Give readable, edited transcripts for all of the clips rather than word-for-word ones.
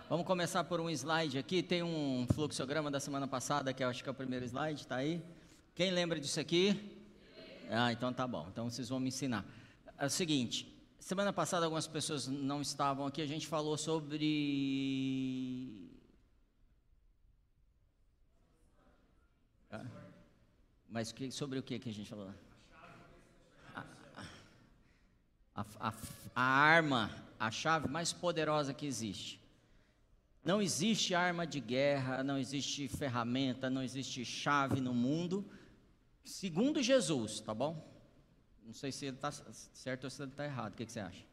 Vamos começar por um slide aqui. Tem um fluxograma da semana passada, que eu acho que é o primeiro slide, está aí. Quem lembra disso aqui? Então tá bom. Então vocês vão me ensinar. É o seguinte, semana passada algumas pessoas não estavam aqui, a gente falou sobre... Mas sobre o que a gente falou? A arma, a chave mais poderosa que existe. Não existe arma de guerra, não existe ferramenta, não existe chave no mundo, segundo Jesus, tá bom? Não sei se ele está certo ou se ele está errado, o que você acha?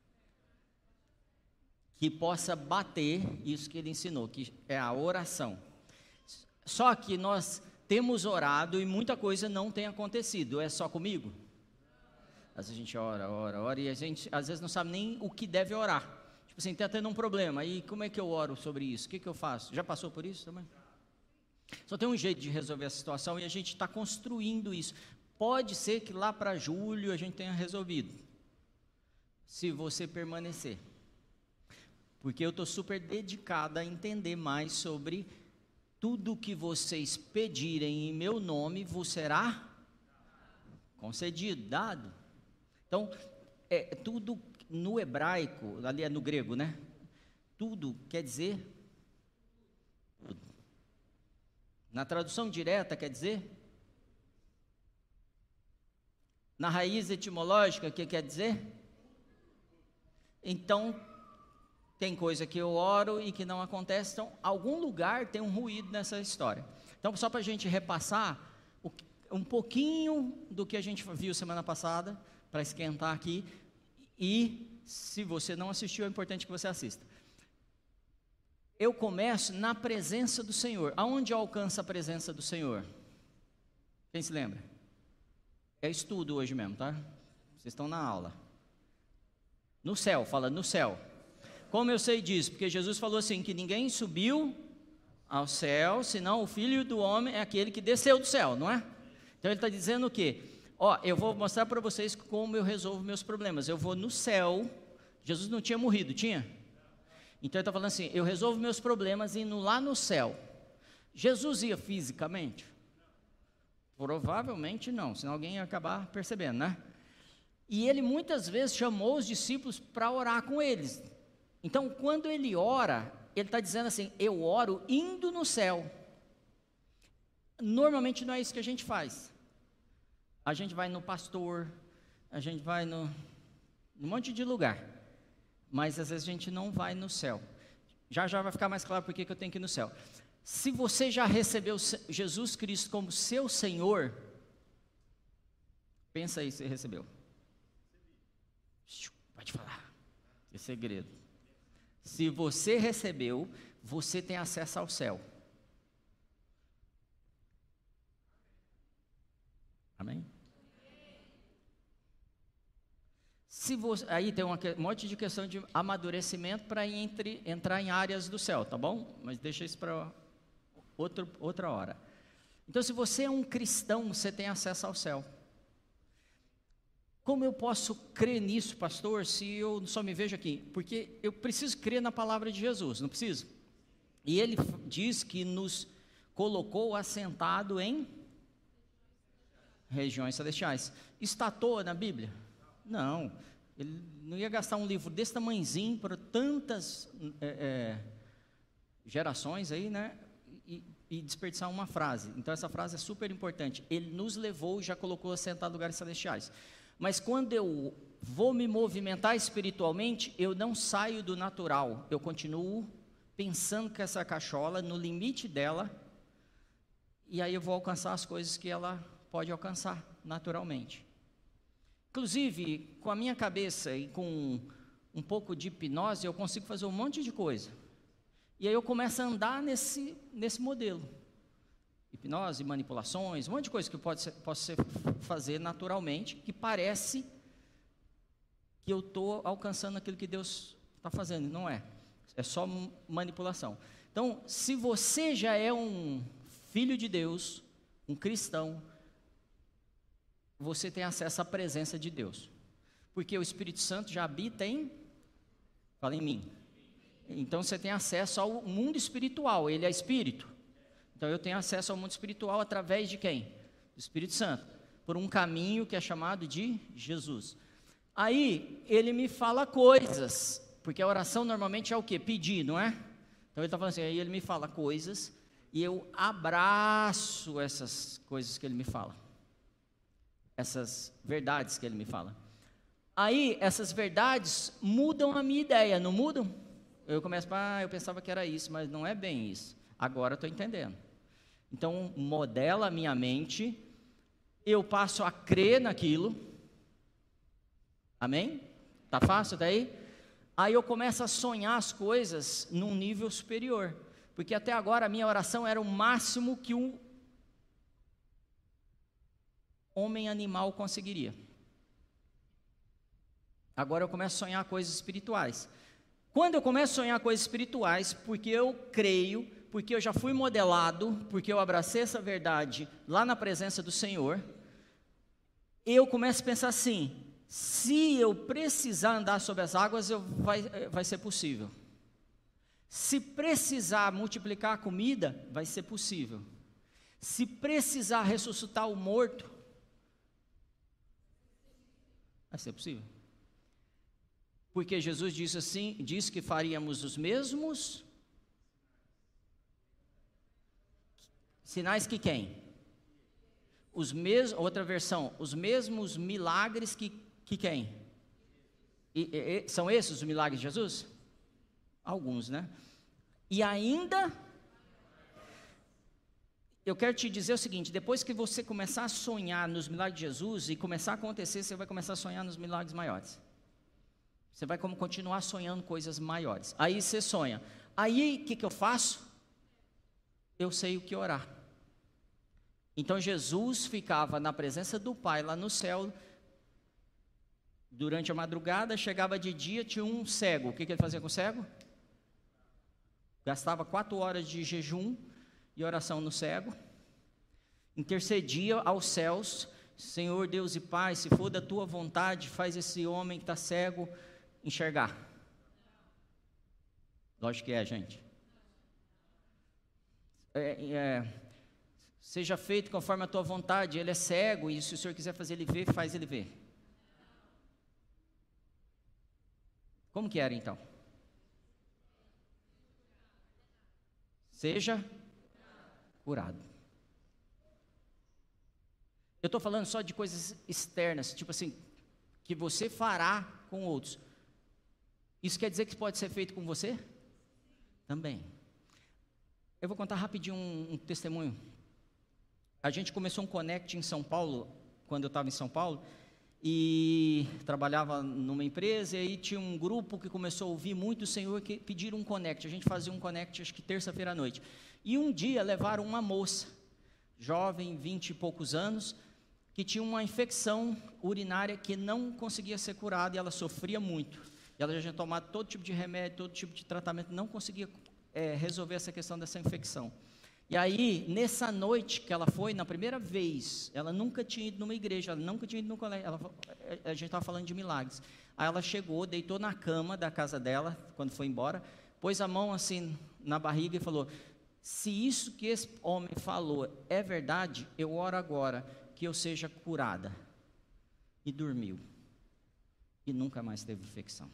Que possa bater isso que ele ensinou, que é a oração. Só que nós temos orado e muita coisa não tem acontecido, é só comigo? Às vezes a gente ora, e a gente às vezes não sabe nem o que deve orar. Tipo assim, está tendo um problema, aí como é que eu oro sobre isso? O que eu faço? Já passou por isso também? Só tem um jeito de resolver a situação e a gente está construindo isso. Pode ser que lá para julho a gente tenha resolvido, se você permanecer. Porque eu estou super dedicado a entender mais sobre tudo que vocês pedirem em meu nome, vos será concedido, dado. Então, tudo no hebraico, ali é no grego, né? Tudo quer dizer tudo. Na tradução direta quer dizer? Na raiz etimológica, o que quer dizer? Então, tem coisa que eu oro e que não acontece, então, algum lugar tem um ruído nessa história. Então, só para a gente repassar um pouquinho do que a gente viu semana passada, para esquentar aqui, e se você não assistiu, é importante que você assista. Eu começo na presença do Senhor. Aonde alcança a presença do Senhor? Quem se lembra? É estudo hoje mesmo, tá? Vocês estão na aula. No céu, fala no céu. Como eu sei disso? Porque Jesus falou assim, que ninguém subiu ao céu, senão o Filho do Homem é aquele que desceu do céu, não é? Então ele está dizendo o quê? Eu vou mostrar para vocês como eu resolvo meus problemas. Eu vou no céu. Jesus não tinha morrido, tinha? Então ele está falando assim, eu resolvo meus problemas indo lá no céu. Jesus ia fisicamente? Provavelmente não, senão alguém ia acabar percebendo, né? E ele muitas vezes chamou os discípulos para orar com eles. Então quando ele ora, ele está dizendo assim, eu oro indo no céu. Normalmente não é isso que a gente faz. A gente vai no pastor, a gente vai num monte de lugar, mas às vezes a gente não vai no céu. Já vai ficar mais claro por que eu tenho que ir no céu. Se você já recebeu Jesus Cristo como seu Senhor, pensa aí se você recebeu. Pode falar, é segredo. Se você recebeu, você tem acesso ao céu. Amém? Aí tem um monte de questão de amadurecimento para entrar em áreas do céu, tá bom? Mas deixa isso para outra hora. Então, se você é um cristão, você tem acesso ao céu. Como eu posso crer nisso, pastor, se eu só me vejo aqui? Porque eu preciso crer na palavra de Jesus, não preciso? E ele diz que nos colocou assentado em regiões celestiais. Está à toa na Bíblia? Não. Ele não ia gastar um livro desse tamanhozinho para tantas gerações aí, né? E desperdiçar uma frase. Então essa frase é super importante. Ele nos levou e já colocou assentado em lugares celestiais. Mas quando eu vou me movimentar espiritualmente, eu não saio do natural. Eu continuo pensando que essa cachola, no limite dela, e aí eu vou alcançar as coisas que ela pode alcançar naturalmente. Inclusive, com a minha cabeça e com um pouco de hipnose, eu consigo fazer um monte de coisa. E aí eu começo a andar nesse modelo. Hipnose, manipulações, um monte de coisa que eu posso fazer naturalmente, que parece que eu estou alcançando aquilo que Deus está fazendo. Não é. É só manipulação. Então, se você já é um filho de Deus, um cristão, você tem acesso à presença de Deus, porque o Espírito Santo já habita fala em mim, Então você tem acesso ao mundo espiritual, ele é espírito. Então eu tenho acesso ao mundo espiritual através de quem? Do Espírito Santo, por um caminho que é chamado de Jesus. Aí ele me fala coisas, porque a oração normalmente é o quê? Pedir, não é? Então ele está falando assim, aí ele me fala coisas, e eu abraço essas coisas que ele me fala, essas verdades que ele me fala. Aí essas verdades mudam a minha ideia, não mudam? Eu começo, eu pensava que era isso, mas não é bem isso. Agora estou entendendo. Então modela a minha mente, eu passo a crer naquilo. Amém? Tá fácil daí? Aí eu começo a sonhar as coisas num nível superior, porque até agora a minha oração era o máximo que um homem animal conseguiria. Agora eu começo a sonhar coisas espirituais. Quando eu começo a sonhar coisas espirituais, porque eu creio, porque eu já fui modelado, porque eu abracei essa verdade lá na presença do Senhor, eu começo a pensar assim, se eu precisar andar sobre as águas, vai ser possível. Se precisar multiplicar a comida, vai ser possível. Se precisar ressuscitar o morto, vai ser possível. Porque Jesus disse assim, disse que faríamos os mesmos sinais que quem? Os mesmos, outra versão, os mesmos milagres que quem? São esses os milagres de Jesus? Alguns, né? E ainda, eu quero te dizer o seguinte, depois que você começar a sonhar nos milagres de Jesus e começar a acontecer, você vai começar a sonhar nos milagres maiores. Você vai continuar sonhando coisas maiores. Aí você sonha. Aí, o que eu faço? Eu sei o que orar. Então, Jesus ficava na presença do Pai, lá no céu, durante a madrugada, chegava de dia, tinha um cego. O que ele fazia com o cego? Gastava 4 horas de jejum e oração no cego. Intercedia aos céus. Senhor Deus e Pai, se for da tua vontade, faz esse homem que está cego enxergar. Lógico que é, gente. Seja feito conforme a tua vontade. Ele é cego e se o Senhor quiser fazer ele ver, faz ele ver. Como que era então? Seja curado. Eu estou falando só de coisas externas, tipo assim, que você fará com outros. Isso quer dizer que pode ser feito com você? Também. Eu vou contar rapidinho um testemunho. A gente começou um Connect em São Paulo, quando eu estava em São Paulo, e trabalhava numa empresa, e aí tinha um grupo que começou a ouvir muito o Senhor, que pediram um Connect. A gente fazia um Connect, acho que terça-feira à noite. E um dia levaram uma moça, jovem, 20 e poucos anos, que tinha uma infecção urinária que não conseguia ser curada, e ela sofria muito. E ela já tinha tomado todo tipo de remédio, todo tipo de tratamento, não conseguia resolver essa questão dessa infecção. E aí, nessa noite que ela foi, na primeira vez, ela nunca tinha ido numa igreja, ela nunca tinha ido no colégio, a gente estava falando de milagres. Aí ela chegou, deitou na cama da casa dela, quando foi embora, pôs a mão assim na barriga e falou, se isso que esse homem falou é verdade, eu oro agora que eu seja curada. E dormiu. E nunca mais teve infecção.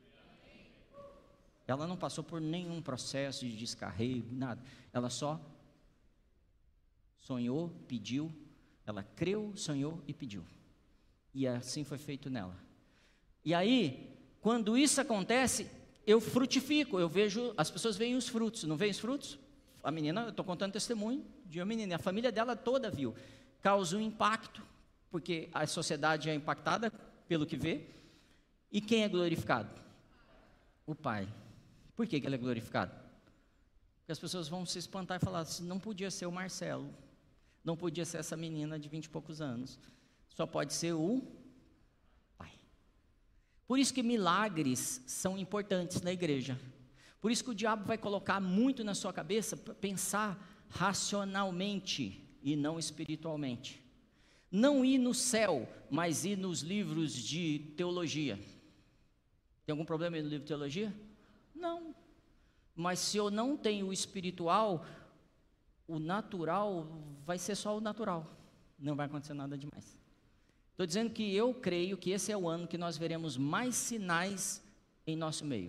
Ela não passou por nenhum processo de descarrego, nada. Ela só sonhou, pediu, ela creu, sonhou e pediu. E assim foi feito nela. E aí, quando isso acontece, eu frutifico, eu vejo, as pessoas veem os frutos, não veem os frutos? A menina, eu estou contando testemunho de uma menina, a família dela toda viu. Causa um impacto, porque a sociedade é impactada pelo que vê. E quem é glorificado? O Pai. Por que ele é glorificado? Porque as pessoas vão se espantar e falar assim, não podia ser o Marcelo, não podia ser essa menina de 20 e poucos anos, só pode ser o Pai. Por isso que milagres são importantes na igreja. Por isso que o diabo vai colocar muito na sua cabeça, pensar racionalmente e não espiritualmente. Não ir no céu, mas ir nos livros de teologia. Tem algum problema no livro de teologia? Não. Mas se eu não tenho o espiritual, o natural vai ser só o natural. Não vai acontecer nada demais. Estou dizendo que eu creio que esse é o ano que nós veremos mais sinais em nosso meio.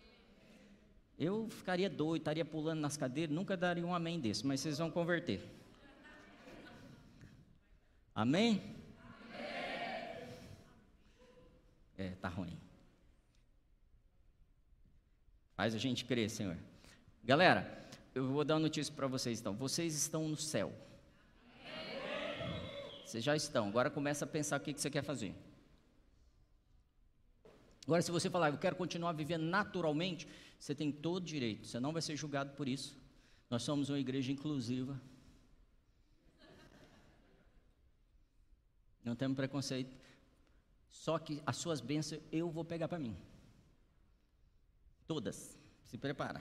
Eu ficaria doido, estaria pulando nas cadeiras, nunca daria um amém desse, mas vocês vão converter. Amém? Tá ruim. Faz a gente crer, Senhor. Galera, eu vou dar uma notícia para vocês então. Vocês estão no céu. Vocês já estão. Agora começa a pensar o que você quer fazer. Agora, se você falar, eu quero continuar vivendo naturalmente, você tem todo direito. Você não vai ser julgado por isso. Nós somos uma igreja inclusiva. Não temos preconceito. Só que as suas bênçãos eu vou pegar para mim. Todas. Se prepara.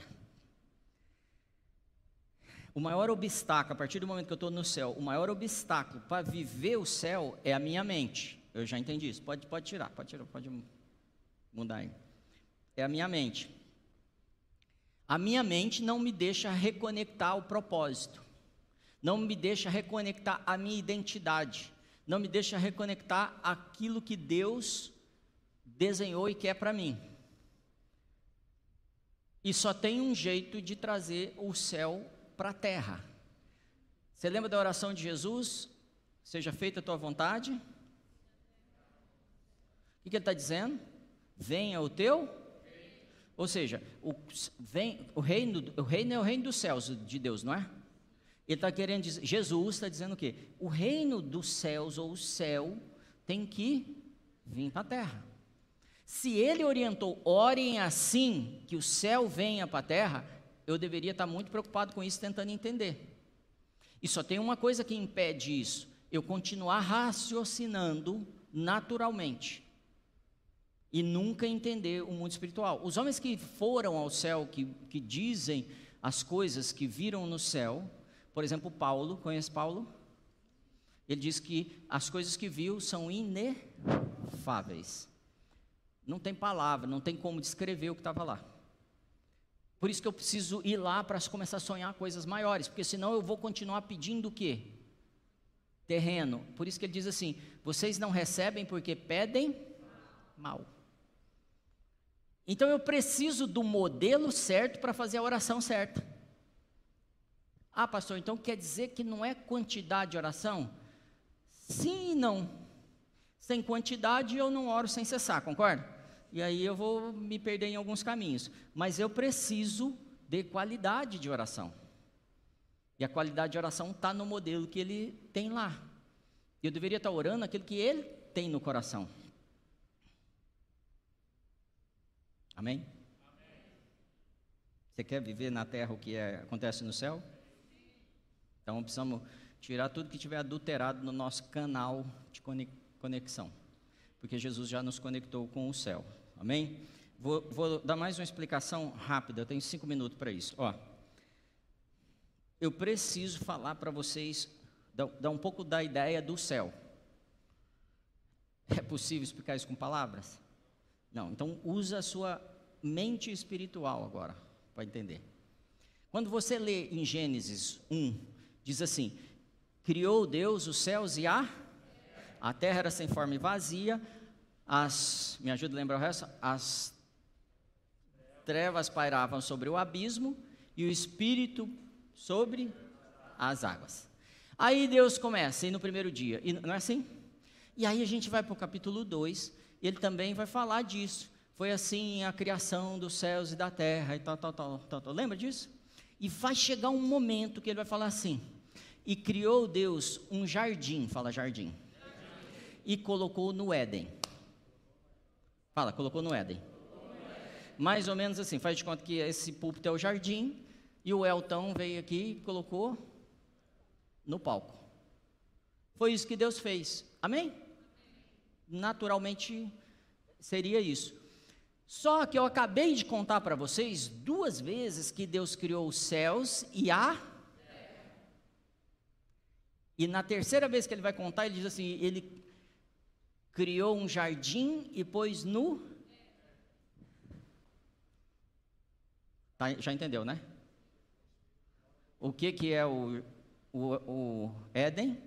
O maior obstáculo, a partir do momento que eu estou no céu, o maior obstáculo para viver o céu é a minha mente. Eu já entendi isso. Pode tirar, pode mudar aí. É a minha mente. A minha mente não me deixa reconectar ao propósito. Não me deixa reconectar a minha identidade. Não me deixa reconectar aquilo que Deus desenhou e quer para mim. E só tem um jeito de trazer o céu para a terra. Você lembra da oração de Jesus? Seja feita a tua vontade. O que ele está dizendo? Venha o teu. Ou seja, o reino é o reino dos céus de Deus, não é? Ele está querendo dizer, Jesus está dizendo o quê? O reino dos céus, ou o céu, tem que vir para a terra. Se ele orientou, orem assim, que o céu venha para a terra, eu deveria estar muito preocupado com isso, tentando entender. E só tem uma coisa que impede isso, eu continuar raciocinando naturalmente, e nunca entender o mundo espiritual. Os homens que foram ao céu, que dizem as coisas que viram no céu, por exemplo, Paulo, conhece Paulo? Ele diz que as coisas que viu são inefáveis. Não tem palavra, não tem como descrever o que estava lá. Por isso que eu preciso ir lá para começar a sonhar coisas maiores, porque senão eu vou continuar pedindo o quê? Terreno. Por isso que ele diz assim, vocês não recebem porque pedem mal. Então eu preciso do modelo certo para fazer a oração certa. Ah, pastor, então quer dizer que não é quantidade de oração? Sim e não. Sem quantidade eu não oro sem cessar, concorda? E aí eu vou me perder em alguns caminhos. Mas eu preciso de qualidade de oração. E a qualidade de oração está no modelo que ele tem lá. Eu deveria estar orando aquilo que ele tem no coração. Amém? Você quer viver na terra o que acontece no céu? Então precisamos tirar tudo que tiver adulterado no nosso canal de conexão. Porque Jesus já nos conectou com o céu. Amém? Vou dar mais uma explicação rápida, eu tenho 5 minutos para isso. Eu preciso falar para vocês, dar um pouco da ideia do céu. É possível explicar isso com palavras? Não, então usa a sua mente espiritual agora, para entender. Quando você lê em Gênesis 1, diz assim, criou Deus os céus e a terra era sem forma e vazia, me ajuda a lembrar o resto, as trevas pairavam sobre o abismo e o Espírito sobre as águas. Aí Deus começa, e no primeiro dia, e não é assim? E aí a gente vai para o capítulo 2, ele também vai falar disso. Foi assim a criação dos céus e da terra e tal. Lembra disso? E vai chegar um momento que ele vai falar assim, e criou Deus um jardim, fala jardim, e colocou no Éden. Fala, colocou no Éden. Mais ou menos assim, faz de conta que esse púlpito é o jardim, e o Elton veio aqui e colocou no palco. Foi isso que Deus fez, amém? Naturalmente seria isso. Só que eu acabei de contar para vocês 2 vezes que Deus criou os céus e e na terceira vez que ele vai contar, ele diz assim, ele criou um jardim e pôs no... Tá, já entendeu, né? O que é o Éden?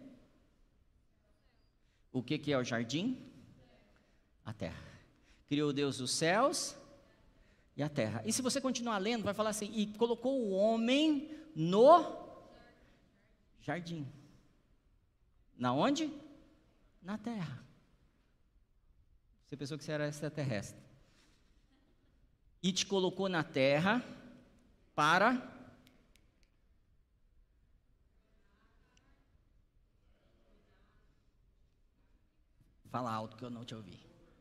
O que é o jardim? A terra. Criou Deus os céus e a terra. E se você continuar lendo, vai falar assim: e colocou o homem no jardim. Na onde? Na terra. Você pensou que você era extraterrestre. E te colocou na terra para fala alto que eu não te ouvi.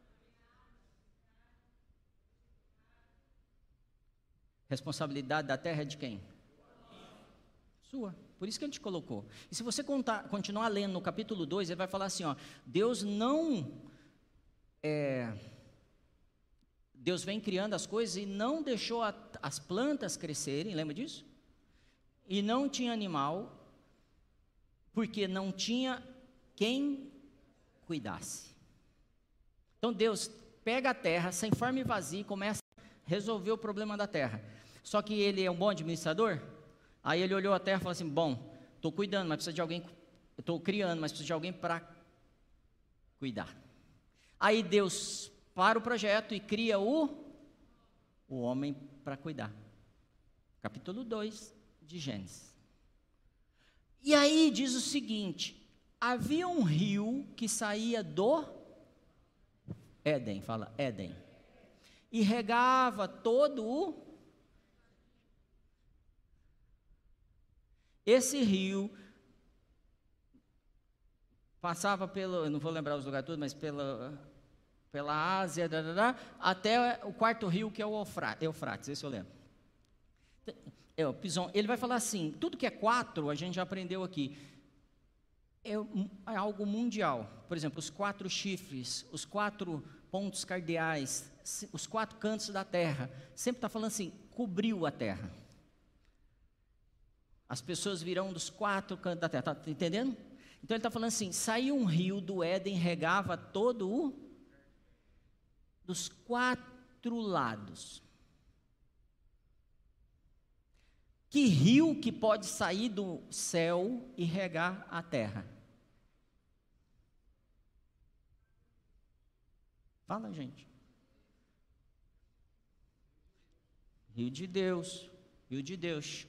Responsabilidade da terra é de quem? Sua. Por isso que ele te colocou. E se você continuar lendo no capítulo 2, ele vai falar assim, ó, Deus vem criando as coisas e não deixou as plantas crescerem, lembra disso? E não tinha animal, porque não tinha quem cuidasse. Então Deus pega a terra, sem forma e vazia, e começa a resolver o problema da terra. Só que ele é um bom administrador. Aí ele olhou a terra e falou assim: bom, estou cuidando, mas precisa de alguém, estou criando, mas precisa de alguém para cuidar. Aí Deus para o projeto e cria o homem para cuidar. Capítulo 2 de Gênesis. E aí diz o seguinte: havia um rio que saía do Éden, fala Éden, e regava todo o... Esse rio passava pelo, eu não vou lembrar os lugares todos, mas pela Ásia, até o quarto rio, que é o Eufrates, esse eu lembro. Ele vai falar assim, tudo que é 4, a gente já aprendeu aqui, é algo mundial. Por exemplo, os 4 chifres, os 4 pontos cardeais, os 4 cantos da terra, sempre está falando assim, cobriu a terra. As pessoas virão dos 4 cantos da terra, está entendendo? Então ele está falando assim, saiu um rio do Éden, regava todo dos 4 lados. Que rio que pode sair do céu e regar a terra? Fala, gente. Rio de Deus, rio de Deus.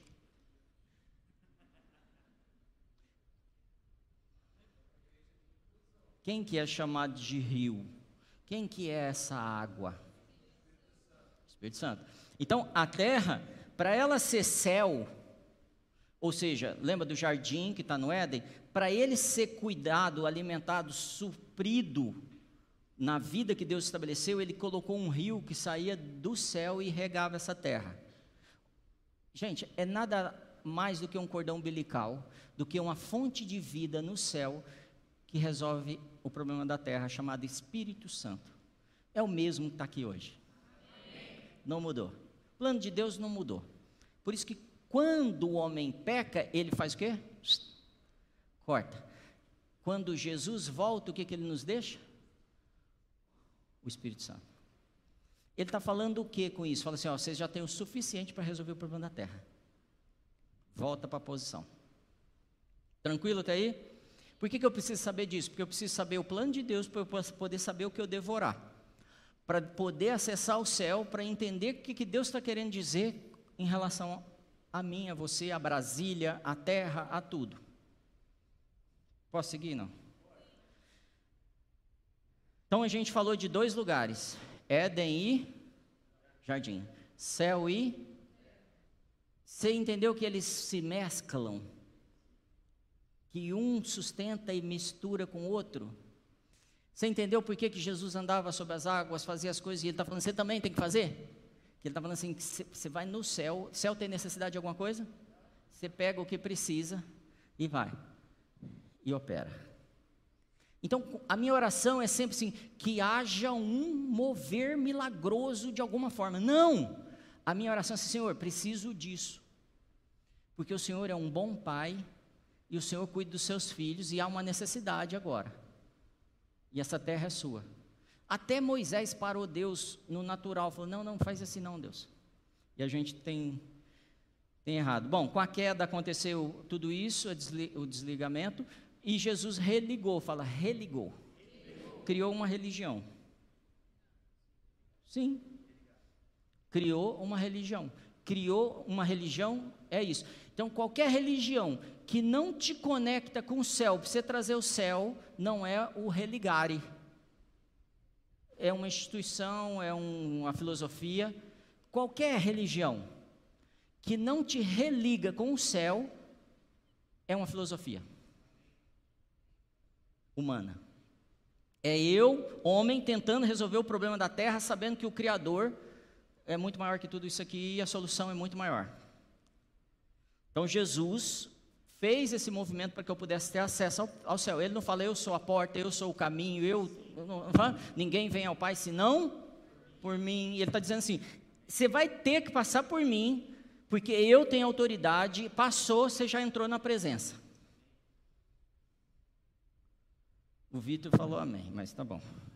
Quem que é chamado de rio? Quem que é essa água? Espírito Santo. Então, a terra, para ela ser céu, ou seja, lembra do jardim que está no Éden? Para ele ser cuidado, alimentado, suprido, na vida que Deus estabeleceu, ele colocou um rio que saía do céu e regava essa terra. Gente, é nada mais do que um cordão umbilical, do que uma fonte de vida no céu, que resolve o problema da terra, chamado Espírito Santo. É o mesmo que está aqui hoje. Não mudou. O plano de Deus não mudou. Por isso que quando o homem peca, ele faz o quê? Corta. Quando Jesus volta, o que ele nos deixa? O Espírito Santo. Ele está falando o que com isso? Fala assim, ó, vocês já têm o suficiente para resolver o problema da terra. Volta para a posição. Tranquilo até aí? Por que eu preciso saber disso? Porque eu preciso saber o plano de Deus para eu poder saber o que eu devo orar. Para poder acessar o céu, para entender o que Deus está querendo dizer em relação a mim, a você, a Brasília, a terra, a tudo. Posso seguir, não? Então a gente falou de 2 lugares, Éden e jardim. Céu e... Você entendeu que eles se mesclam? Que um sustenta e mistura com o outro? Você entendeu por que Jesus andava sobre as águas, fazia as coisas, e ele está falando, você também tem que fazer? Ele está falando assim, que você vai no céu, o céu tem necessidade de alguma coisa? Você pega o que precisa e vai, e opera. Então, a minha oração é sempre assim, que haja um mover milagroso de alguma forma. Não! A minha oração é assim, Senhor, preciso disso, porque o Senhor é um bom Pai, e o Senhor cuida dos seus filhos, e há uma necessidade agora, e essa terra é sua. Até Moisés parou Deus no natural, falou, não faz assim não, Deus, E a gente tem errado. Bom, com a queda aconteceu tudo isso, o desligamento, e Jesus religou, fala religou. Criou uma religião. Sim. Criou uma religião. Criou uma religião, é isso. Então, qualquer religião que não te conecta com o céu, para você trazer o céu, não é o religare. É uma instituição, é uma filosofia. Qualquer religião que não te religa com o céu, é uma filosofia humana. É eu, homem, tentando resolver o problema da terra, sabendo que o Criador é muito maior que tudo isso aqui e a solução é muito maior. Então Jesus fez esse movimento para que eu pudesse ter acesso ao céu. Ele não fala, eu sou a porta, eu sou o caminho, ninguém vem ao Pai senão por mim. E ele está dizendo assim, você vai ter que passar por mim, porque eu tenho autoridade, passou, você já entrou na presença. O Vitor falou amém, mas tá bom.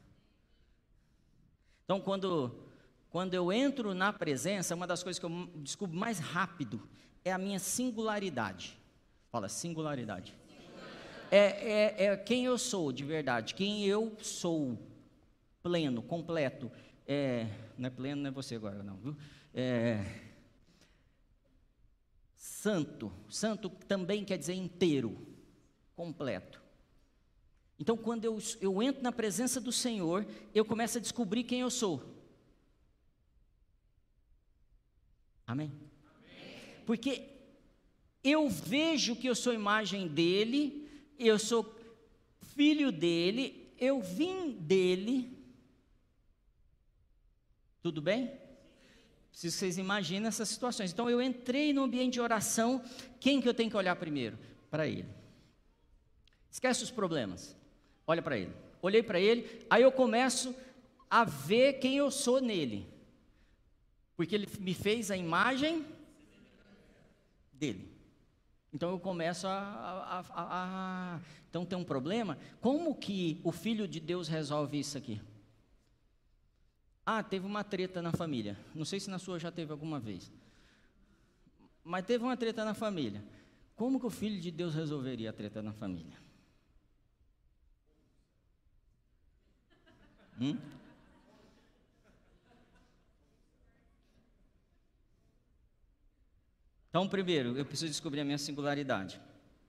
Então, quando eu entro na presença, uma das coisas que eu descubro mais rápido é a minha singularidade. Fala, singularidade. É quem eu sou de verdade, quem eu sou, pleno, completo. Não é pleno, não é você agora não, viu? Santo. Santo também quer dizer inteiro, completo. Então, quando eu entro na presença do Senhor, eu começo a descobrir quem eu sou. Amém? Amém? Porque eu vejo que eu sou imagem dEle, eu sou filho dEle, eu vim dEle. Tudo bem? Preciso que vocês imaginem essas situações. Então, eu entrei no ambiente de oração, quem que eu tenho que olhar primeiro? Para Ele. Esquece os problemas. Olha para Ele. Olhei para Ele, aí eu começo a ver quem eu sou nele. Porque Ele me fez a imagem dEle. Então eu começo Então tem um problema. Como que o Filho de Deus resolve isso aqui? Teve uma treta na família. Não sei se na sua já teve alguma vez. Mas teve uma treta na família. Como que o Filho de Deus resolveria a treta na família? Então, primeiro, eu preciso descobrir a minha singularidade.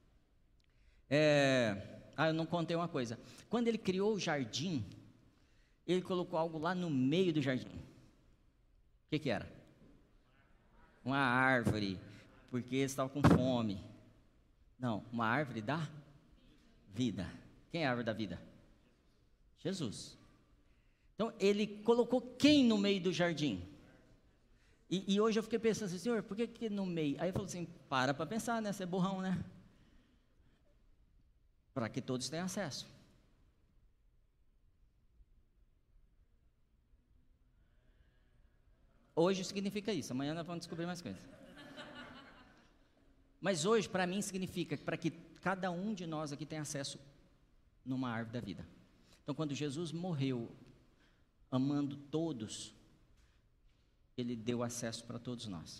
Eu não contei uma coisa. Quando Ele criou o jardim, Ele colocou algo lá no meio do jardim. O que era? Uma árvore, porque eles estavam com fome. Não, uma árvore da vida. Quem é a árvore da vida? Jesus. Então, Ele colocou quem no meio do jardim? E hoje eu fiquei pensando assim, Senhor, por que no meio? Aí ele falou assim, para pensar, né? Você é burrão, né? Para que todos tenham acesso. Hoje significa isso, amanhã nós vamos descobrir mais coisas. Mas hoje, para mim, significa para que cada um de nós aqui tenha acesso numa árvore da vida. Então, quando Jesus morreu, amando todos, Ele deu acesso para todos nós.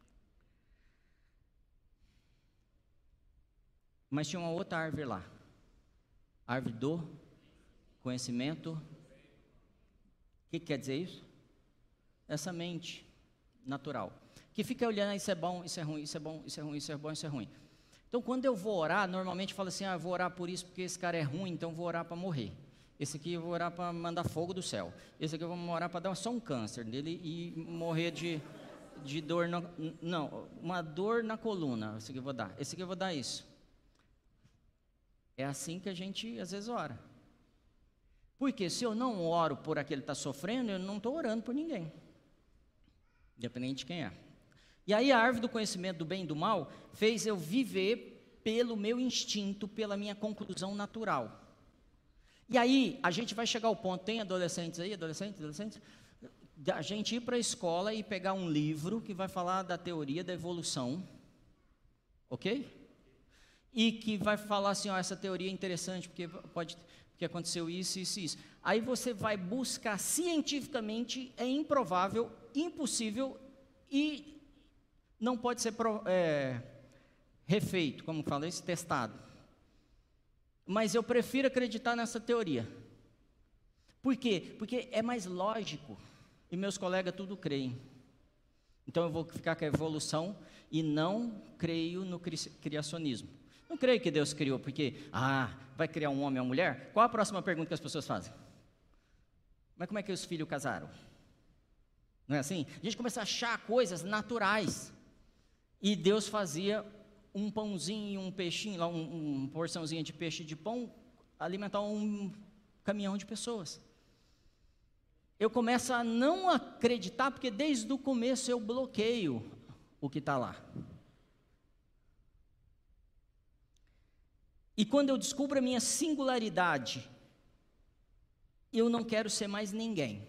Mas tinha uma outra árvore lá. Árvore do conhecimento. O que quer dizer isso? Essa mente natural. Que fica olhando, isso é bom, isso é ruim, isso é bom, isso é ruim, isso é bom, isso é ruim. Então, quando eu vou orar, normalmente eu falo assim, eu vou orar por isso porque esse cara é ruim, então eu vou orar para morrer. Esse aqui eu vou orar para mandar fogo do céu. Esse aqui eu vou orar para dar só um câncer nele e morrer de dor. Não, uma dor na coluna. Esse aqui eu vou dar. Esse aqui eu vou dar isso. É assim que a gente às vezes ora. Porque se eu não oro por aquele que está sofrendo, eu não estou orando por ninguém. Independente de quem é. E aí a árvore do conhecimento do bem e do mal fez eu viver pelo meu instinto, pela minha conclusão natural. E aí, a gente vai chegar ao ponto, tem adolescentes aí, adolescentes? A gente ir para a escola e pegar um livro que vai falar da teoria da evolução, ok? E que vai falar assim, essa teoria é interessante, porque aconteceu isso, isso, isso. Aí você vai buscar cientificamente, é improvável, impossível, e não pode ser refeito, como falei, testado. Mas eu prefiro acreditar nessa teoria. Por quê? Porque é mais lógico, e meus colegas tudo creem. Então eu vou ficar com a evolução e não creio no criacionismo. Não creio que Deus criou porque, vai criar um homem e uma mulher? Qual a próxima pergunta que as pessoas fazem? Mas como é que os filhos casaram? Não é assim? A gente começa a achar coisas naturais. E Deus fazia um pãozinho, um peixinho, lá uma porçãozinha de peixe e de pão, alimentar um caminhão de pessoas. Eu começo a não acreditar, porque desde o começo eu bloqueio o que está lá. E quando eu descubro a minha singularidade, eu não quero ser mais ninguém.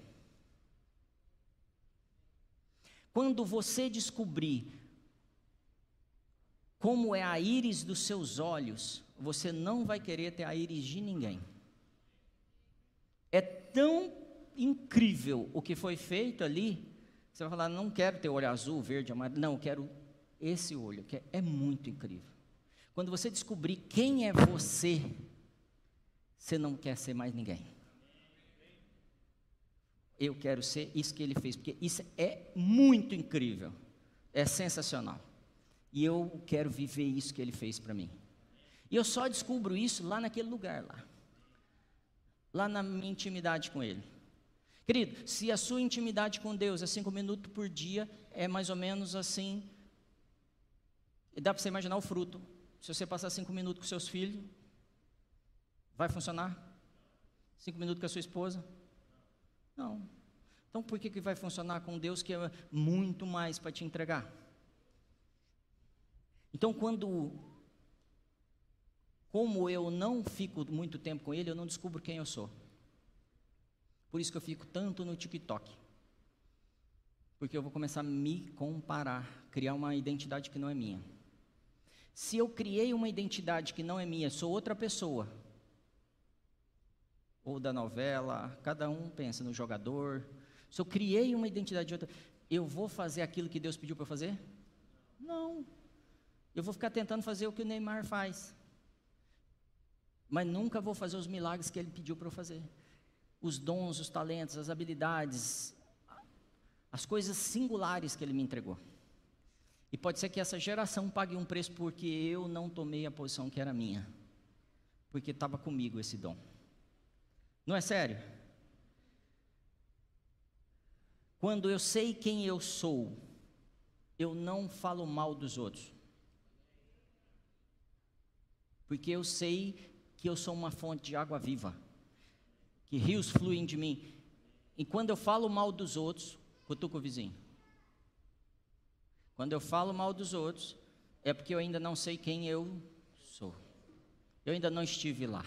Quando você descobrir como é a íris dos seus olhos, você não vai querer ter a íris de ninguém. É tão incrível o que foi feito ali, você vai falar, não quero ter olho azul, verde, amarelo, não, eu quero esse olho, que é muito incrível. Quando você descobrir quem é você, você não quer ser mais ninguém. Eu quero ser isso que ele fez, porque isso é muito incrível, é sensacional. E eu quero viver isso que ele fez para mim. E eu só descubro isso lá naquele lugar, lá na minha intimidade com ele. Querido, se a sua intimidade com Deus é 5 minutos por dia, é mais ou menos assim, dá para você imaginar o fruto. Se você passar 5 minutos com seus filhos, vai funcionar? 5 minutos com a sua esposa? Não. Então por que vai funcionar com Deus que é muito mais para te entregar? Então como eu não fico muito tempo com Ele, eu não descubro quem eu sou. Por isso que eu fico tanto no TikTok. Porque eu vou começar a me comparar, criar uma identidade que não é minha. Se eu criei uma identidade que não é minha, sou outra pessoa, ou da novela, cada um pensa no jogador. Se eu criei uma identidade de outra, eu vou fazer aquilo que Deus pediu para eu fazer? Não. Eu vou ficar tentando fazer o que o Neymar faz. Mas nunca vou fazer os milagres que ele pediu para eu fazer. Os dons, os talentos, as habilidades, as coisas singulares que ele me entregou. E pode ser que essa geração pague um preço porque eu não tomei a posição que era minha. Porque estava comigo esse dom. Não é sério? Quando eu sei quem eu sou, eu não falo mal dos outros. Porque eu sei que eu sou uma fonte de água viva. Que rios fluem de mim. E quando eu falo mal dos outros, cutuca o vizinho. Quando eu falo mal dos outros, é porque eu ainda não sei quem eu sou. Eu ainda não estive lá.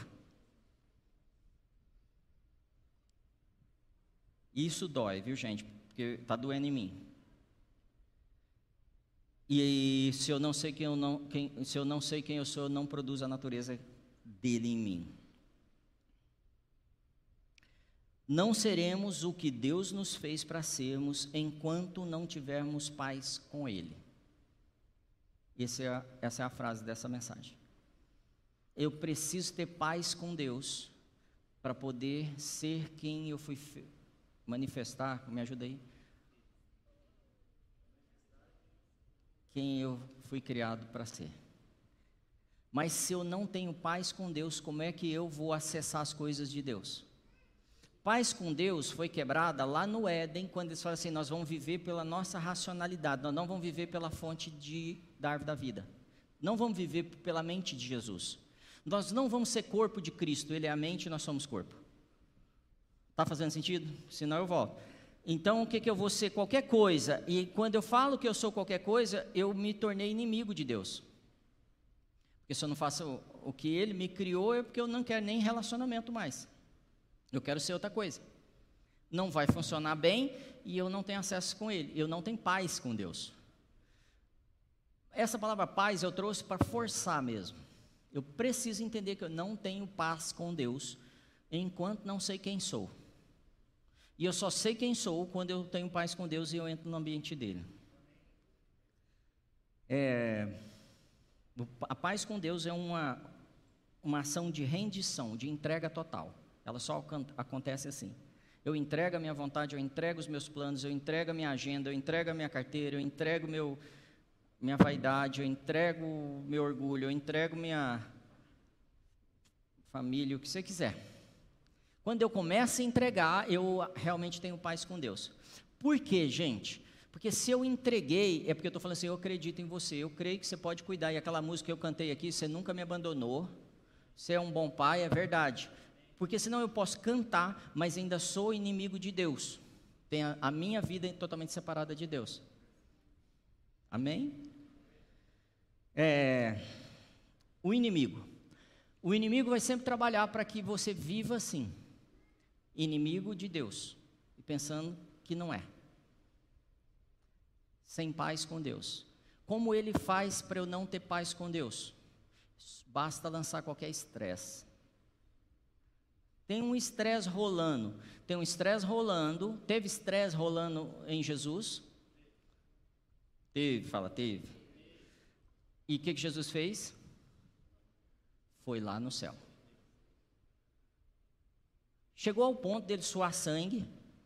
Isso dói, viu, gente? Porque está doendo em mim. E se eu não sei se eu não sei quem eu sou, eu não produzo a natureza dele em mim. Não seremos o que Deus nos fez para sermos enquanto não tivermos paz com Ele. Essa é a frase dessa mensagem. Eu preciso ter paz com Deus para poder ser quem eu fui manifestar, me ajuda aí. Quem eu fui criado para ser. Mas se eu não tenho paz com Deus, como é que eu vou acessar as coisas de Deus? Paz com Deus foi quebrada lá no Éden, quando eles falam assim, nós vamos viver pela nossa racionalidade, nós não vamos viver pela fonte da árvore da vida, não vamos viver pela mente de Jesus, nós não vamos ser corpo de Cristo, Ele é a mente e nós somos corpo. Está fazendo sentido? Senão eu volto. Então o que eu vou ser? Qualquer coisa, e quando eu falo que eu sou qualquer coisa, eu me tornei inimigo de Deus, porque se eu não faço o que Ele me criou, é porque eu não quero nem relacionamento mais. Eu quero ser outra coisa. Não vai funcionar bem e eu não tenho acesso com Ele. Eu não tenho paz com Deus. Essa palavra paz eu trouxe para forçar mesmo. Eu preciso entender que eu não tenho paz com Deus enquanto não sei quem sou. E eu só sei quem sou quando eu tenho paz com Deus e eu entro no ambiente dele. A paz com Deus é uma ação de rendição, de entrega total. Ela só acontece assim. Eu entrego a minha vontade, eu entrego os meus planos, eu entrego a minha agenda, eu entrego a minha carteira, eu entrego minha vaidade, eu entrego o meu orgulho, eu entrego minha família, o que você quiser. Quando eu começo a entregar, eu realmente tenho paz com Deus. Por quê, gente? Porque se eu entreguei, é porque eu estou falando assim, eu acredito em você, eu creio que você pode cuidar. E aquela música que eu cantei aqui, você nunca me abandonou, você é um bom pai, é verdade. Porque senão eu posso cantar, mas ainda sou inimigo de Deus. Tenho a minha vida totalmente separada de Deus. Amém? O inimigo vai sempre trabalhar para que você viva assim, inimigo de Deus, e pensando que não é, sem paz com Deus. Como ele faz para eu não ter paz com Deus? Basta lançar qualquer estresse. Tem um estresse rolando, teve estresse rolando em Jesus? Teve. E o que Jesus fez? Foi lá no céu. Chegou ao ponto dele suar sangue.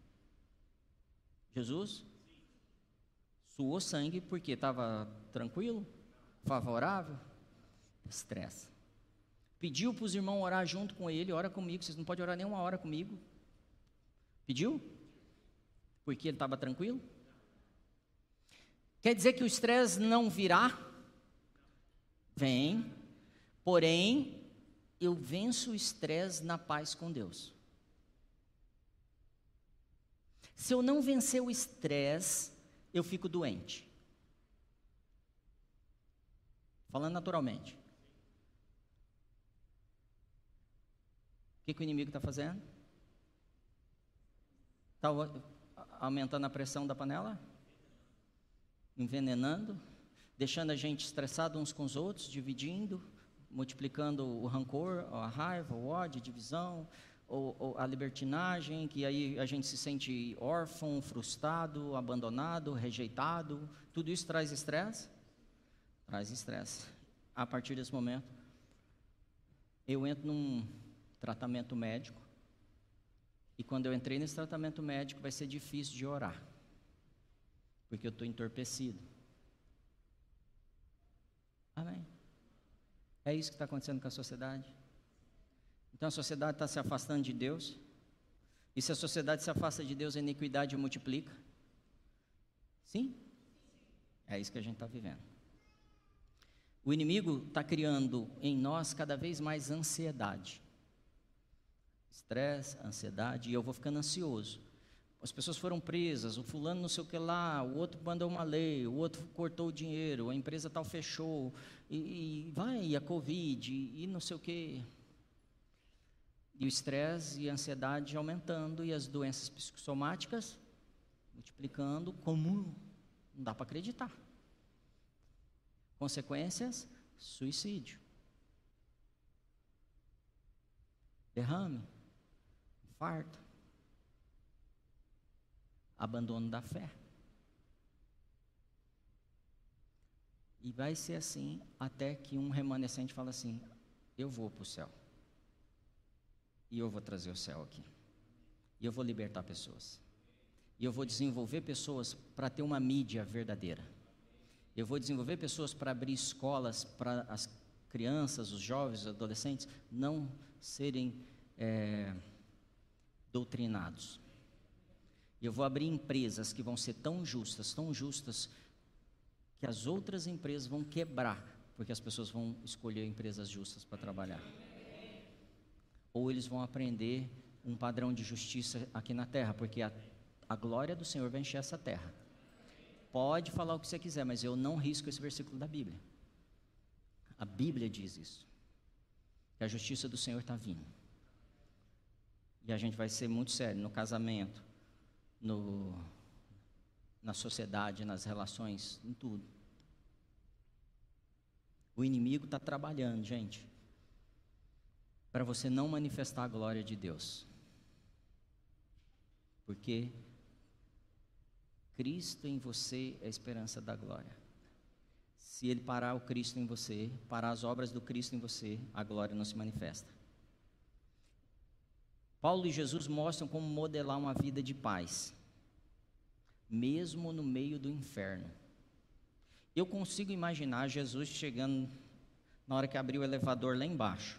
Jesus suou sangue porque estava tranquilo, favorável, estresse. Pediu para os irmãos orar junto com ele, ora comigo, vocês não podem orar nem uma hora comigo. Pediu? Porque ele estava tranquilo? Quer dizer que o estresse não virá? Vem, porém, eu venço o estresse na paz com Deus. Se eu não vencer o estresse, eu fico doente. Falando naturalmente. O que o inimigo está fazendo? Está aumentando a pressão da panela? Envenenando? Deixando a gente estressado uns com os outros, dividindo, multiplicando o rancor, a raiva, o ódio, a divisão, ou a libertinagem, que aí a gente se sente órfão, frustrado, abandonado, rejeitado. Tudo isso traz estresse? Traz estresse. A partir desse momento, eu entro num tratamento médico, e quando eu entrei nesse tratamento médico, vai ser difícil de orar, porque eu estou entorpecido. Amém? É isso que está acontecendo com a sociedade. Então a sociedade está se afastando de Deus, e se a sociedade se afasta de Deus, a iniquidade multiplica. Sim? É isso que a gente está vivendo. O inimigo está criando em nós cada vez mais ansiedade. Estresse, ansiedade, e eu vou ficando ansioso. As pessoas foram presas, o fulano não sei o que lá, o outro mandou uma lei, o outro cortou o dinheiro, a empresa tal fechou, e vai a Covid, e não sei o que. E o estresse e a ansiedade aumentando, e as doenças psicossomáticas multiplicando, como não dá para acreditar. Consequências, suicídio, derrame, infarto, abandono da fé. E vai ser assim até que um remanescente fala assim: eu vou para o céu, e eu vou trazer o céu aqui, e eu vou libertar pessoas, e eu vou desenvolver pessoas para ter uma mídia verdadeira. Eu vou desenvolver pessoas para abrir escolas para as crianças, os jovens, os adolescentes não serem doutrinados. Eu vou abrir empresas que vão ser tão justas, que as outras empresas vão quebrar, porque as pessoas vão escolher empresas justas para trabalhar. Ou eles vão aprender um padrão de justiça aqui na terra, porque a glória do Senhor vai encher essa terra. Pode falar o que você quiser, mas eu não risco esse versículo da Bíblia. A Bíblia diz isso, que a justiça do Senhor está vindo. E a gente vai ser muito sério no casamento, na sociedade, nas relações, em tudo. O inimigo está trabalhando, gente, para você não manifestar a glória de Deus. Porque Cristo em você é a esperança da glória. Se ele parar o Cristo em você, parar as obras do Cristo em você, a glória não se manifesta. Paulo e Jesus mostram como modelar uma vida de paz, mesmo no meio do inferno. Eu consigo imaginar Jesus chegando na hora que abriu o elevador lá embaixo.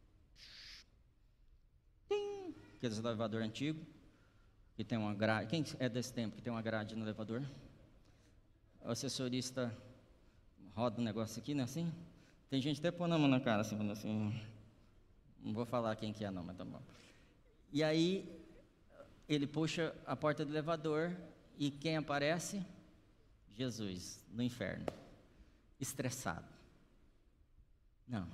Tim! Aqueles elevador antigo, que tem uma grade. Quem é desse tempo que tem uma grade no elevador? O assessorista roda um negócio aqui, não é assim? Tem gente até pondo a mão na cara, assim, falando assim. Não vou falar quem que é não, mas tá bom. E aí, ele puxa a porta do elevador e quem aparece? Jesus, no inferno, estressado. Não.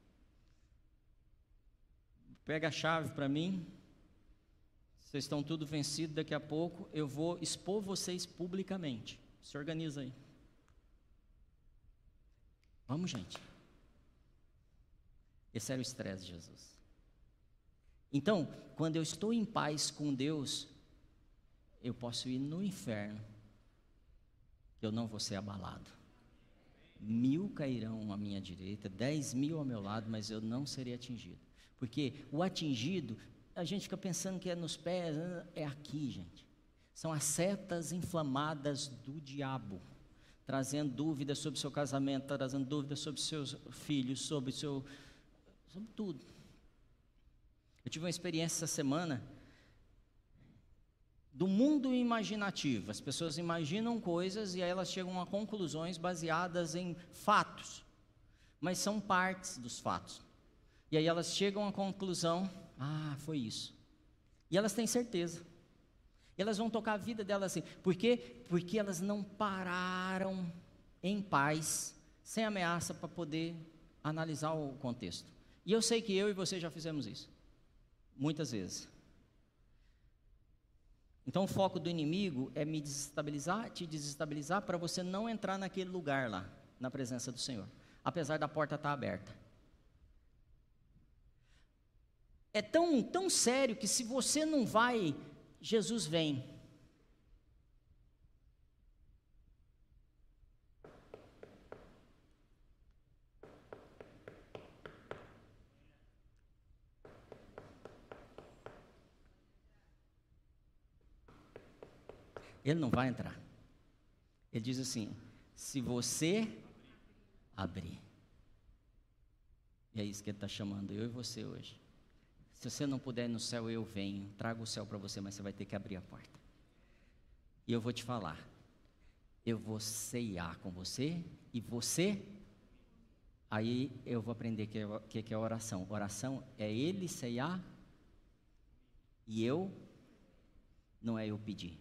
Pega a chave para mim, vocês estão tudo vencidos, daqui a pouco eu vou expor vocês publicamente. Se organiza aí. Vamos, gente. Esse era o estresse de Jesus. Então, quando eu estou em paz com Deus, eu posso ir no inferno, que eu não vou ser abalado. 1000 cairão à minha direita, 10.000 ao meu lado, mas eu não serei atingido. Porque o atingido, a gente fica pensando que é nos pés, é aqui, gente. São as setas inflamadas do diabo, trazendo dúvidas sobre o seu casamento, trazendo dúvidas sobre seus filhos, sobre tudo. Eu tive uma experiência essa semana do mundo imaginativo. As pessoas imaginam coisas e aí elas chegam a conclusões baseadas em fatos, mas são partes dos fatos. E aí elas chegam à conclusão, foi isso. E elas têm certeza. E elas vão tocar a vida delas assim. Por quê? Porque elas não pararam em paz, sem ameaça, para poder analisar o contexto. E eu sei que eu e você já fizemos isso. Muitas vezes. Então o foco do inimigo é me desestabilizar, te desestabilizar, para você não entrar naquele lugar lá, na presença do Senhor, apesar da porta estar aberta. É tão sério que se você não vai, Jesus vem. Ele não vai entrar. Ele diz assim: se você abrir. E é isso que ele está chamando eu e você hoje. Se você não puder ir no céu, eu venho, trago o céu para você, mas você vai ter que abrir a porta. E eu vou te falar, eu vou ceiar com você, e você, aí eu vou aprender o que é oração. Oração é ele ceiar, e eu, não é eu pedir.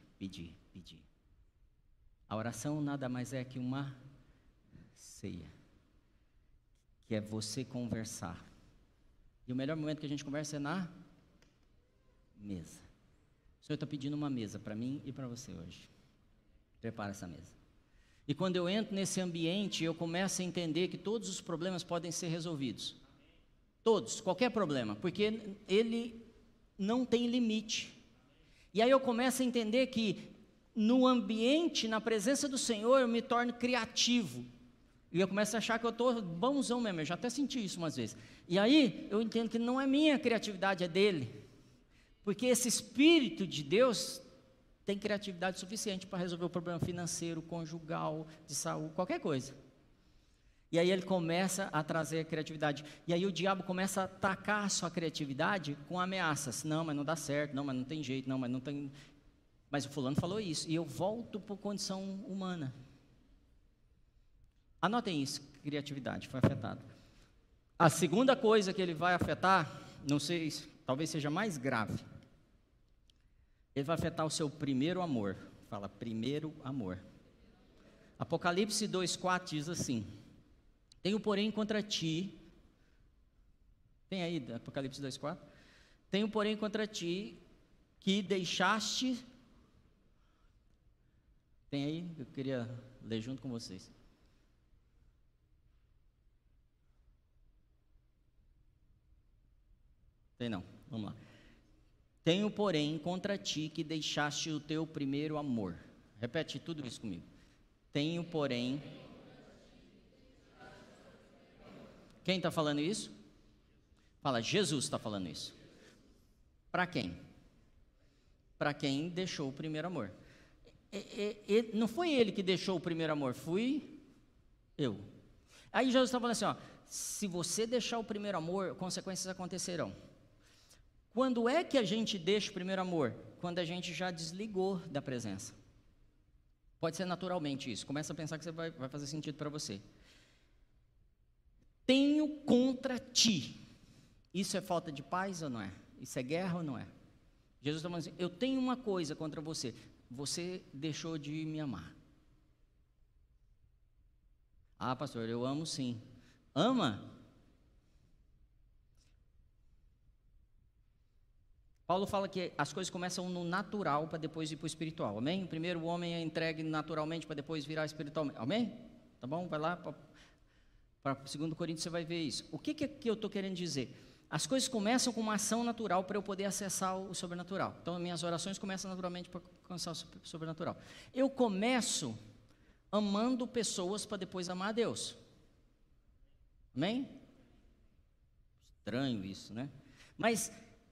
A oração nada mais é que uma ceia, que é você conversar. E o melhor momento que a gente conversa é na mesa. O Senhor está pedindo uma mesa para mim e para você hoje. Prepara essa mesa. E quando eu entro nesse ambiente, eu começo a entender que todos os problemas podem ser resolvidos. Todos, qualquer problema, porque ele não tem limite. E aí eu começo a entender que no ambiente, na presença do Senhor, eu me torno criativo. E eu começo a achar que eu estou bonzão mesmo, eu já até senti isso umas vezes. E aí eu entendo que não é minha criatividade, é dele. Porque esse Espírito de Deus tem criatividade suficiente para resolver o problema financeiro, conjugal, de saúde, qualquer coisa. E aí ele começa a trazer a criatividade. E aí o diabo começa a atacar a sua criatividade com ameaças. Não, mas não dá certo, não, mas não tem jeito, não, mas não tem... Mas o fulano falou isso, e eu volto por condição humana. Anotem isso, criatividade, foi afetada. A segunda coisa que ele vai afetar, não sei, talvez seja mais grave. Ele vai afetar o seu primeiro amor. Fala, primeiro amor. Apocalipse 2,4 diz assim: tenho, porém, contra ti... Tem aí, Apocalipse 2,4? Tenho, porém, contra ti, que deixaste... Tem aí? Eu queria ler junto com vocês. Tem não, vamos lá. Tenho, porém, contra ti que deixaste o teu primeiro amor. Repete tudo isso comigo. Tenho, porém, Quem está falando isso? Fala, Jesus está falando isso. Para quem? Para quem deixou o primeiro amor. Não foi ele que deixou o primeiro amor, fui eu. Aí Jesus está falando assim, ó, se você deixar o primeiro amor, consequências acontecerão. Quando é que a gente deixa o primeiro amor? Quando a gente já desligou da presença. Pode ser naturalmente isso. Começa a pensar que vai fazer sentido para você. Tenho contra ti. Isso é falta de paz ou não é? Isso é guerra ou não é? Jesus está falando assim, eu tenho uma coisa contra você. Você deixou de me amar. Ah, pastor, eu amo sim. Ama? Paulo fala que as coisas começam no natural para depois ir para o espiritual, amém? Primeiro o homem é entregue naturalmente para depois virar espiritualmente, amém? Tá bom? Vai lá para 2 Coríntios, você vai ver isso. O que eu estou querendo dizer? As coisas começam com uma ação natural para eu poder acessar o sobrenatural. Então, minhas orações começam naturalmente para alcançar o sobrenatural. Eu começo amando pessoas para depois amar a Deus. Amém? Estranho isso, né? Mas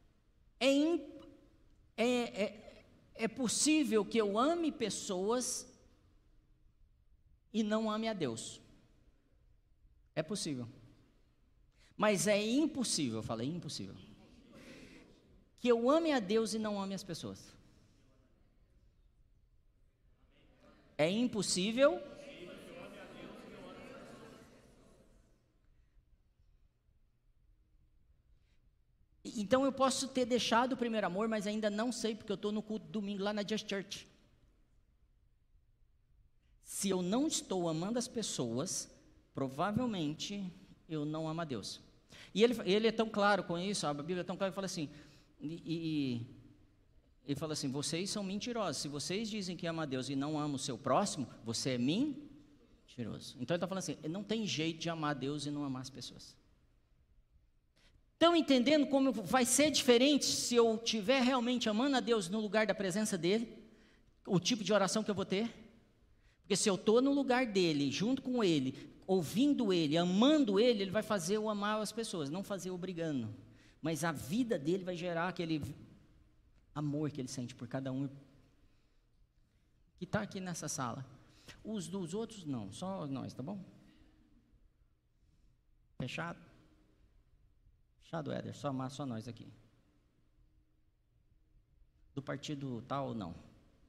é possível que eu ame pessoas e não ame a Deus. É possível. Mas é impossível, eu falei impossível, que eu ame a Deus e não ame as pessoas. É impossível. Então eu posso ter deixado o primeiro amor, mas ainda não sei, porque eu estou no culto domingo lá na Just Church. Se eu não estou amando as pessoas, provavelmente eu não amo a Deus. E ele é tão claro com isso, a Bíblia é tão clara, ele fala assim, ele fala assim, vocês são mentirosos, se vocês dizem que amam a Deus e não amam o seu próximo, você é mentiroso. Então ele está falando assim, não tem jeito de amar a Deus e não amar as pessoas. Estão entendendo como vai ser diferente se eu estiver realmente amando a Deus no lugar da presença dEle? O tipo de oração que eu vou ter? Porque se eu estou no lugar dEle, junto com Ele, ouvindo Ele, amando Ele, Ele vai fazer eu amar as pessoas, não fazer eu brigando. Mas a vida dEle vai gerar aquele amor que Ele sente por cada um que está aqui nessa sala. Os dos outros não, só nós, tá bom? Fechado? Fechado, Éder, só amar só nós aqui. Do partido tal ou não.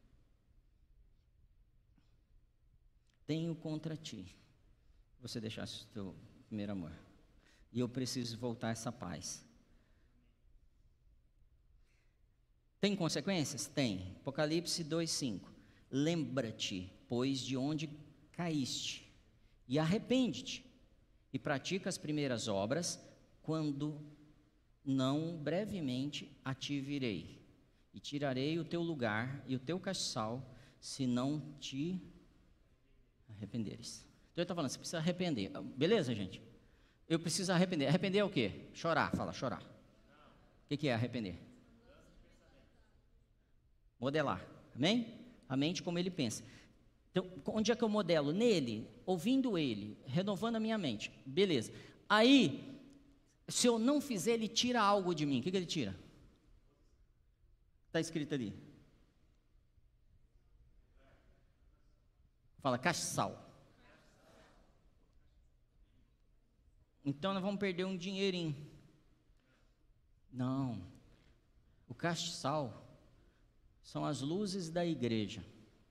Tenho contra ti. Você deixasse o teu primeiro amor. E eu preciso voltar a essa paz. Tem consequências? Tem. Apocalipse 2:5. Lembra-te, pois, de onde caíste, e arrepende-te, e pratica as primeiras obras, quando não brevemente a ti virei, e tirarei o teu lugar e o teu castiçal, se não te arrependeres. Então ele está falando, você precisa arrepender. Beleza, gente? Eu preciso arrepender. Arrepender é o quê? Chorar, fala, chorar. O que é arrepender? Modelar, amém? A mente como ele pensa. Então, onde é que eu modelo? Nele, ouvindo ele, renovando a minha mente. Beleza. Aí, se eu não fizer, ele tira algo de mim. O que ele tira? Está escrito ali. Fala, castiçal. Então nós vamos perder um dinheirinho. Não. O castiçal são as luzes da igreja.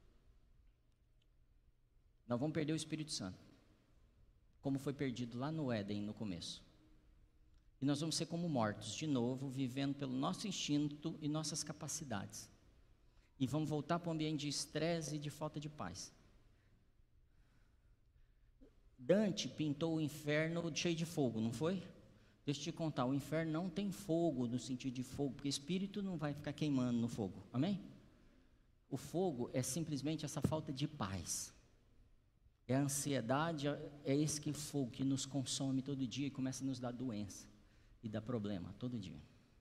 Nós vamos perder o Espírito Santo. Como foi perdido lá no Éden, no começo. E nós vamos ser como mortos, de novo, vivendo pelo nosso instinto e nossas capacidades. E vamos voltar para um ambiente de estresse e de falta de paz. Dante pintou o inferno cheio de fogo, não foi? Deixa eu te contar, o inferno não tem fogo no sentido de fogo, porque espírito não vai ficar queimando no fogo, amém? O fogo é simplesmente essa falta de paz. É a ansiedade, é esse que fogo que nos consome todo dia e começa a nos dar doença e dá problema todo dia.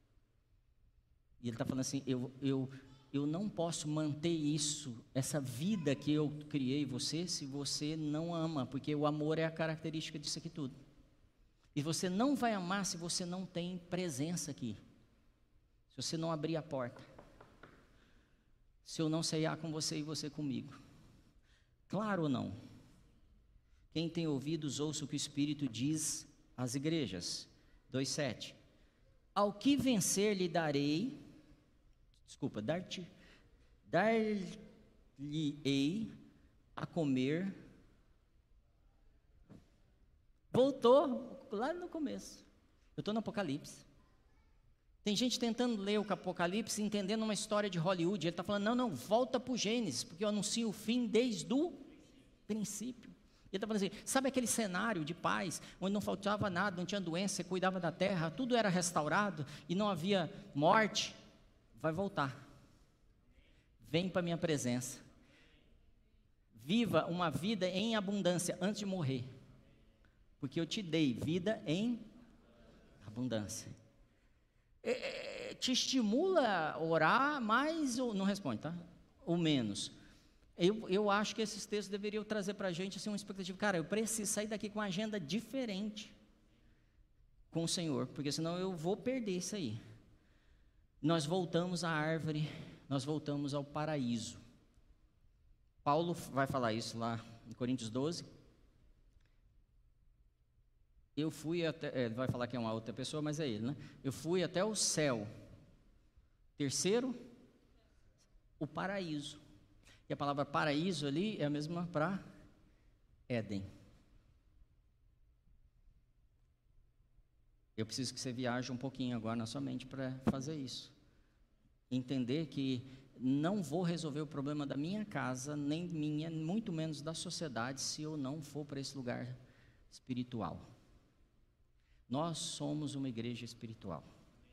E ele está falando assim, eu não posso manter isso, essa vida que eu criei você, se você não ama, porque o amor é a característica disso aqui tudo. E você não vai amar se você não tem presença aqui. Se você não abrir a porta. Se eu não ceiar com você e você comigo. Claro ou não? Quem tem ouvidos, ouça o que o Espírito diz às igrejas. 2:7. Ao que vencer lhe dar-lhe-ei a comer. Voltou lá no começo. Eu estou no Apocalipse. Tem gente tentando ler o Apocalipse, entendendo uma história de Hollywood. Ele está falando, não, volta para o Gênesis, porque eu anuncio o fim desde o princípio. Ele está falando assim, sabe aquele cenário de paz, onde não faltava nada, não tinha doença, você cuidava da terra, tudo era restaurado e não havia morte? Vai voltar. Vem para a minha presença. Viva uma vida em abundância antes de morrer. Porque eu te dei vida em abundância. Te estimula a orar mais ou não responde, tá? Ou menos. Eu acho que esses textos deveriam trazer para a gente assim, uma expectativa. Cara, eu preciso sair daqui com uma agenda diferente com o Senhor, porque senão eu vou perder isso aí. Nós voltamos à árvore, nós voltamos ao paraíso. Paulo vai falar isso lá em Coríntios 12. Eu fui até, vai falar que é uma outra pessoa, mas é ele, né? Eu fui até o céu. Terceiro, o paraíso. E a palavra paraíso ali é a mesma para Éden. Eu preciso que você viaje um pouquinho agora na sua mente para fazer isso. Entender que não vou resolver o problema da minha casa, nem minha, muito menos da sociedade, se eu não for para esse lugar espiritual. Nós somos uma igreja espiritual.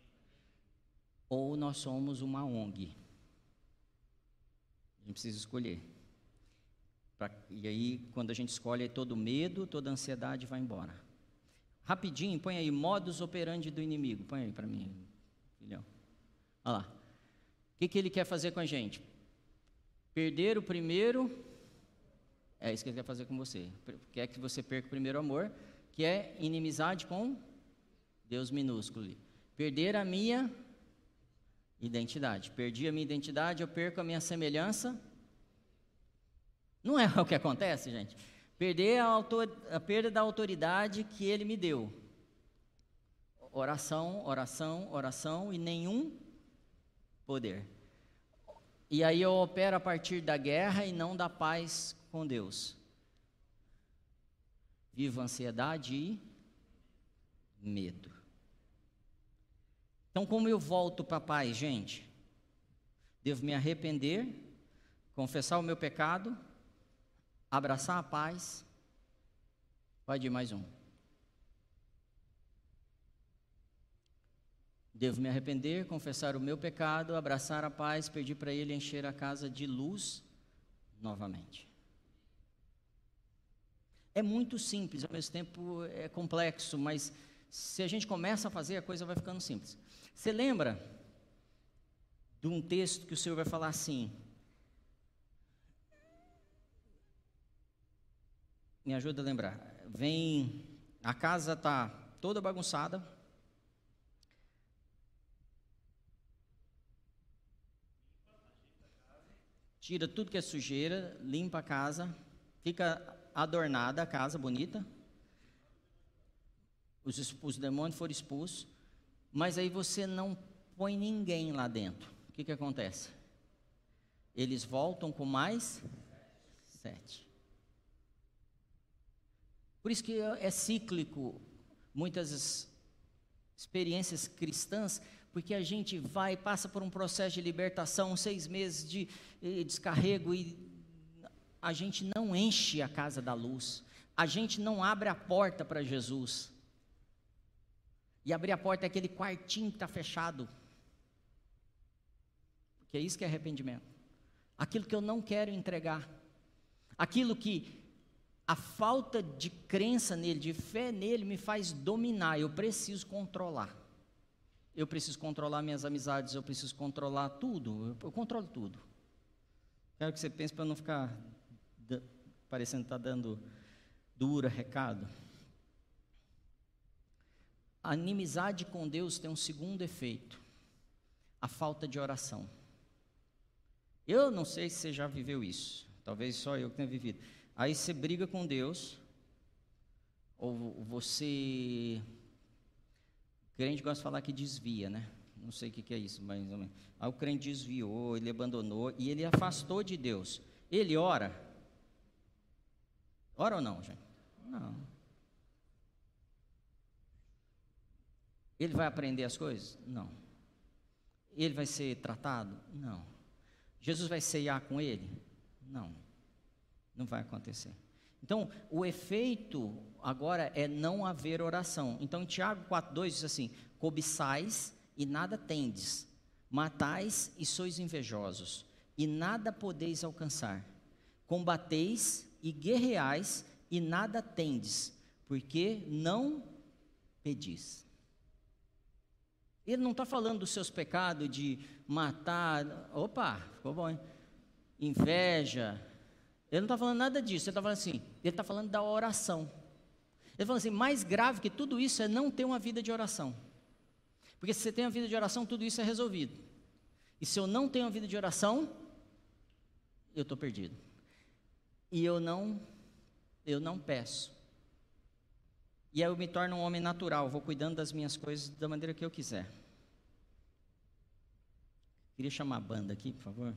Ou nós somos uma ONG. A gente precisa escolher. E aí, quando a gente escolhe, todo medo, toda ansiedade vai embora. Rapidinho, põe aí, modus operandi do inimigo. Põe aí para mim, filhão. Olha lá. O que ele quer fazer com a gente? Perder o primeiro, é isso que ele quer fazer com você. Quer que você perca o primeiro amor, que é inimizade com Deus minúsculo. Perder a minha identidade. Perdi a minha identidade, eu perco a minha semelhança. Não é o que acontece, gente? Perder a perda da autoridade que ele me deu. Oração, oração, oração e nenhum poder. E aí eu opero a partir da guerra e não da paz com Deus. Vivo ansiedade e medo. Então, como eu volto para a paz, gente? Devo me arrepender, confessar o meu pecado, abraçar a paz. Pode ir mais um. Devo me arrepender, confessar o meu pecado, abraçar a paz, pedir para Ele encher a casa de luz novamente. É muito simples, ao mesmo tempo é complexo, mas se a gente começa a fazer, a coisa vai ficando simples. Você lembra de um texto que o Senhor vai falar assim? Me ajuda a lembrar. A casa está toda bagunçada. Tira tudo que é sujeira, limpa a casa, fica adornada a casa, bonita. Os demônios foram expulsos, mas aí você não põe ninguém lá dentro. O que acontece? Eles voltam com mais 7. Por isso que é cíclico muitas experiências cristãs, porque a gente passa por um processo de libertação, 6 meses de descarrego e a gente não enche a casa da luz, a gente não abre a porta para Jesus. E abrir a porta é aquele quartinho que está fechado. Porque é isso que é arrependimento. Aquilo que eu não quero entregar. Aquilo que a falta de crença nele, de fé nele, me faz dominar. Eu preciso controlar. Eu preciso controlar minhas amizades, eu preciso controlar tudo. Eu controlo tudo. Quero que você pense para não ficar parecendo que está dando dura recado. a inimizade com Deus tem um segundo efeito: a falta de oração. Eu não sei se você já viveu isso, talvez só eu que tenha vivido. Aí você briga com Deus, ou você, crente gosta de falar que desvia, né? Não sei o que é isso, mais ou menos. Aí o crente desviou, ele abandonou e ele afastou de Deus. Ele ora? Ora ou não, gente? Não. Ele vai aprender as coisas? Não. Ele vai ser tratado? Não. Jesus vai ceiar com ele? Não. Não vai acontecer. Então, o efeito agora é não haver oração. Então, em Tiago 4,2 diz assim: cobiçais e nada tendes, matais e sois invejosos, e nada podeis alcançar. Combateis e guerreais e nada tendes, porque não pedis. Ele não está falando dos seus pecados de matar, opa, ficou bom, hein? Inveja. Ele não está falando nada disso, ele está falando assim, ele está falando da oração. Ele fala assim, mais grave que tudo isso é não ter uma vida de oração. Porque se você tem uma vida de oração, tudo isso é resolvido. E se eu não tenho uma vida de oração, eu estou perdido. E eu não peço. E aí eu me torno um homem natural, vou cuidando das minhas coisas da maneira que eu quiser. Queria chamar a banda aqui, por favor.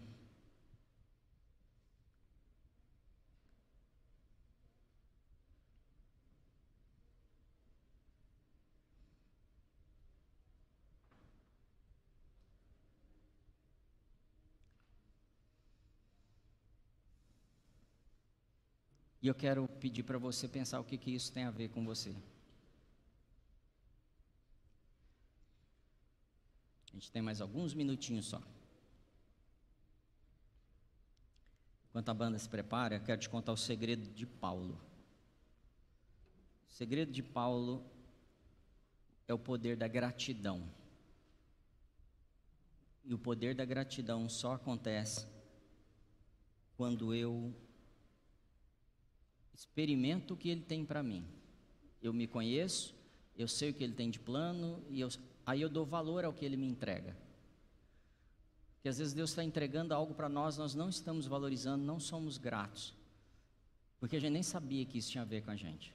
E eu quero pedir para você pensar o que isso tem a ver com você. A gente tem mais alguns minutinhos só. Enquanto a banda se prepara, eu quero te contar o segredo de Paulo. O segredo de Paulo é o poder da gratidão. E o poder da gratidão só acontece quando eu experimento o que Ele tem para mim. Eu me conheço, eu sei o que Ele tem de plano, e aí eu dou valor ao que Ele me entrega. Porque às vezes Deus está entregando algo para nós não estamos valorizando, não somos gratos. Porque a gente nem sabia que isso tinha a ver com a gente.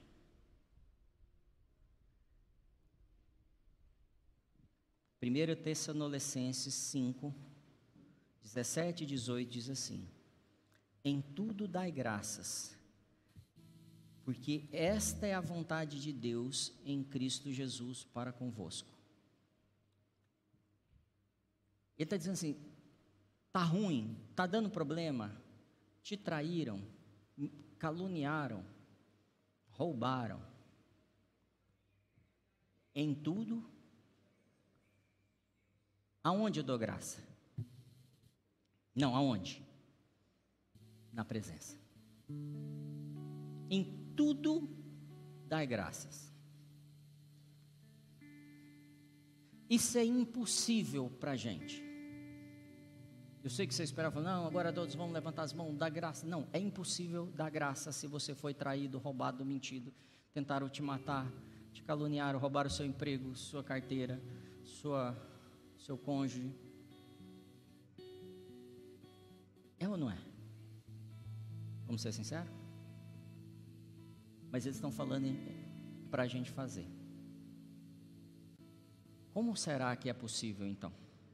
Primeiro Tessalonicenses 5, 17 e 18 diz assim: em tudo dai graças, porque esta é a vontade de Deus em Cristo Jesus para convosco. Ele está dizendo assim, está ruim, está dando problema, te traíram, caluniaram, roubaram. Em tudo, aonde eu dou graça? Não, aonde? Na presença. Em tudo dai graças. Isso é impossível para a gente. Eu sei que você espera falar, não, agora todos vão levantar as mãos, dar graça. Não, é impossível dar graça se você foi traído, roubado, mentido, tentaram te matar, te caluniaram, roubaram seu emprego, sua carteira, seu cônjuge. É ou não é? Vamos ser sinceros? Mas eles estão falando para a gente fazer. Como será que é possível então?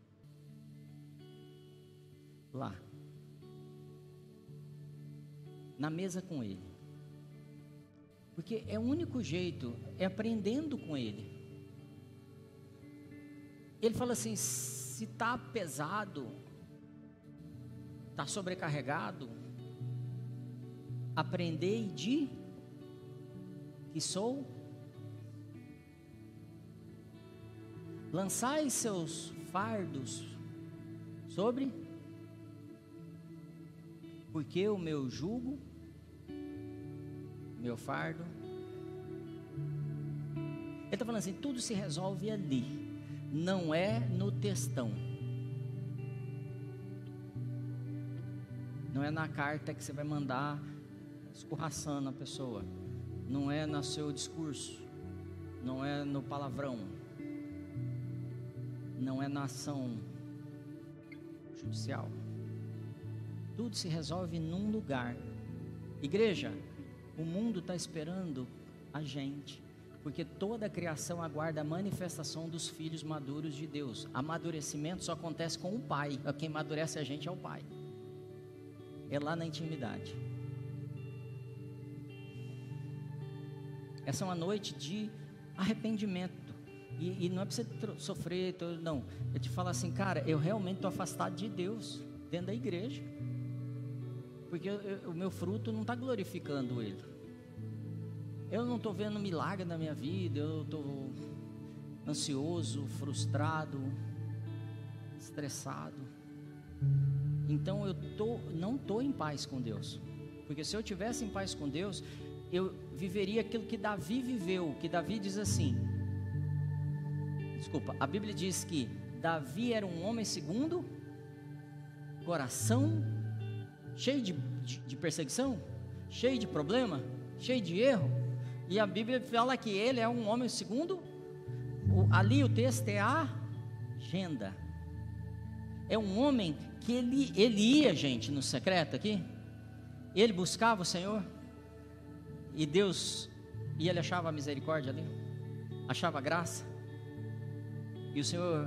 Lá, na mesa com Ele, porque é o único jeito, é aprendendo com Ele. Ele fala assim, se está pesado, está sobrecarregado, aprendei de que sou, lançai seus fardos sobre, porque o meu jugo, meu fardo, ele está falando assim, tudo se resolve ali, não é no textão, não é na carta que você vai mandar escorraçando a pessoa, não é no seu discurso, não é no palavrão, não é na ação judicial. Tudo se resolve num lugar. Igreja, o mundo está esperando a gente, porque toda a criação aguarda a manifestação dos filhos maduros de Deus. Amadurecimento só acontece com o Pai. Quem amadurece a gente é o Pai. É lá na intimidade. Essa é uma noite de arrependimento. E não é para você sofrer, não. Eu te falo assim, cara, eu realmente estou afastado de Deus dentro da igreja. Porque o meu fruto não está glorificando Ele. Eu não estou vendo milagre na minha vida, eu estou ansioso, frustrado, estressado. Então eu não estou em paz com Deus. Porque se eu tivesse em paz com Deus, eu viveria aquilo que Davi viveu. Que Davi diz assim, a Bíblia diz que Davi era um homem segundo coração, cheio de perseguição, cheio de problema, cheio de erro. E a Bíblia fala que ele é um homem segundo, ali o texto é a agenda. É um homem que ele ia, gente, no secreto aqui. Ele buscava o Senhor. E Deus, e ele achava a misericórdia ali, achava a graça. E o Senhor,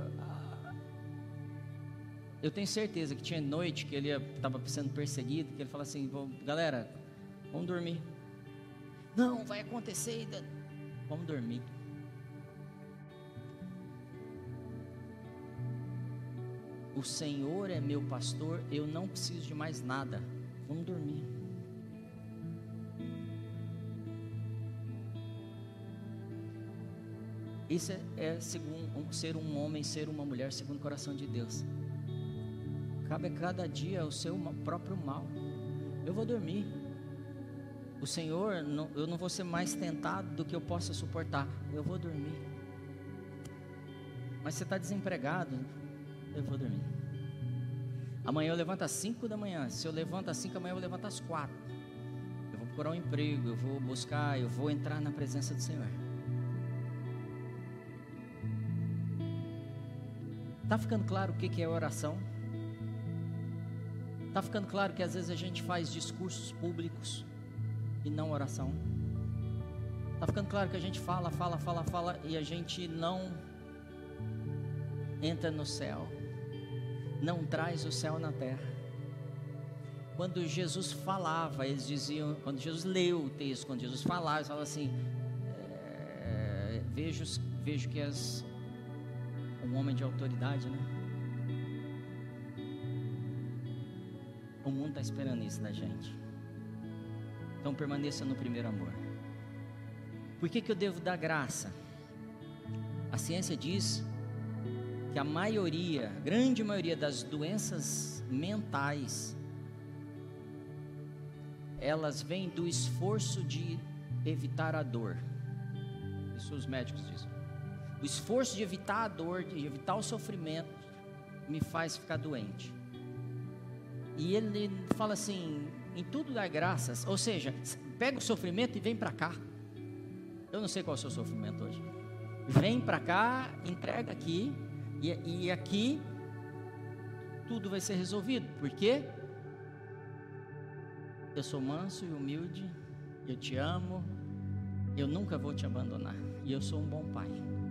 eu tenho certeza que tinha noite que ele estava sendo perseguido, que ele falava assim, galera, vamos dormir. Não, vai acontecer, vamos dormir. O Senhor é meu pastor, eu não preciso de mais nada, vamos dormir. Isso é ser um homem, ser uma mulher segundo o coração de Deus. Cabe a cada dia o seu próprio mal. Eu vou dormir. O Senhor, eu não vou ser mais tentado do que eu possa suportar. Eu vou dormir. Mas você está desempregado? Eu vou dormir. Amanhã eu levanto às 5 da manhã. Se eu levanto às 5 da manhã, eu levanto às 4. Eu vou procurar um emprego, eu vou buscar, eu vou entrar na presença do Senhor. Está ficando claro o que é oração? Está ficando claro que às vezes a gente faz discursos públicos e não oração? Está ficando claro que a gente fala e a gente não entra no céu, não traz o céu na terra? Quando Jesus falava, eles diziam, quando Jesus leu o texto, quando Jesus falava, eles falavam assim, vejo que és um homem de autoridade, né? O mundo está esperando isso da gente. Então permaneça no primeiro amor. Por que eu devo dar graça? A ciência diz que a grande maioria das doenças mentais, elas vêm do esforço de evitar a dor. Isso os médicos dizem. O esforço de evitar a dor, de evitar o sofrimento, me faz ficar doente. E ele fala assim, em tudo dá graças, ou seja, pega o sofrimento e vem para cá. Eu não sei qual é o seu sofrimento hoje. Vem para cá, entrega aqui, e aqui tudo vai ser resolvido. Por quê? Eu sou manso e humilde, eu te amo, eu nunca vou te abandonar, e eu sou um bom pai.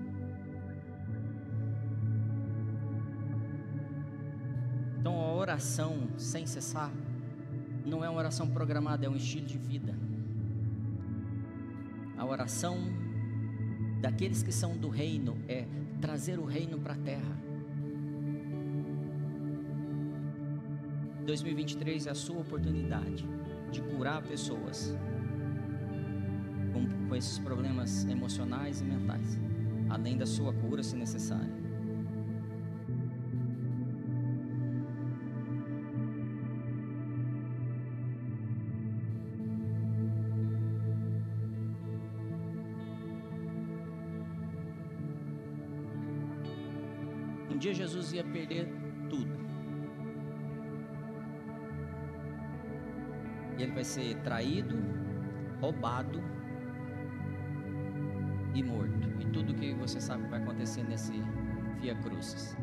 Então a oração sem cessar não é uma oração programada, é um estilo de vida. A oração daqueles que são do reino é trazer o reino para a terra. 2023 é a sua oportunidade de curar pessoas com esses problemas emocionais e mentais, além da sua cura se necessário. Um dia Jesus ia perder tudo. E ele vai ser traído, roubado e morto. E tudo que você sabe que vai acontecer nesse Via Crucis.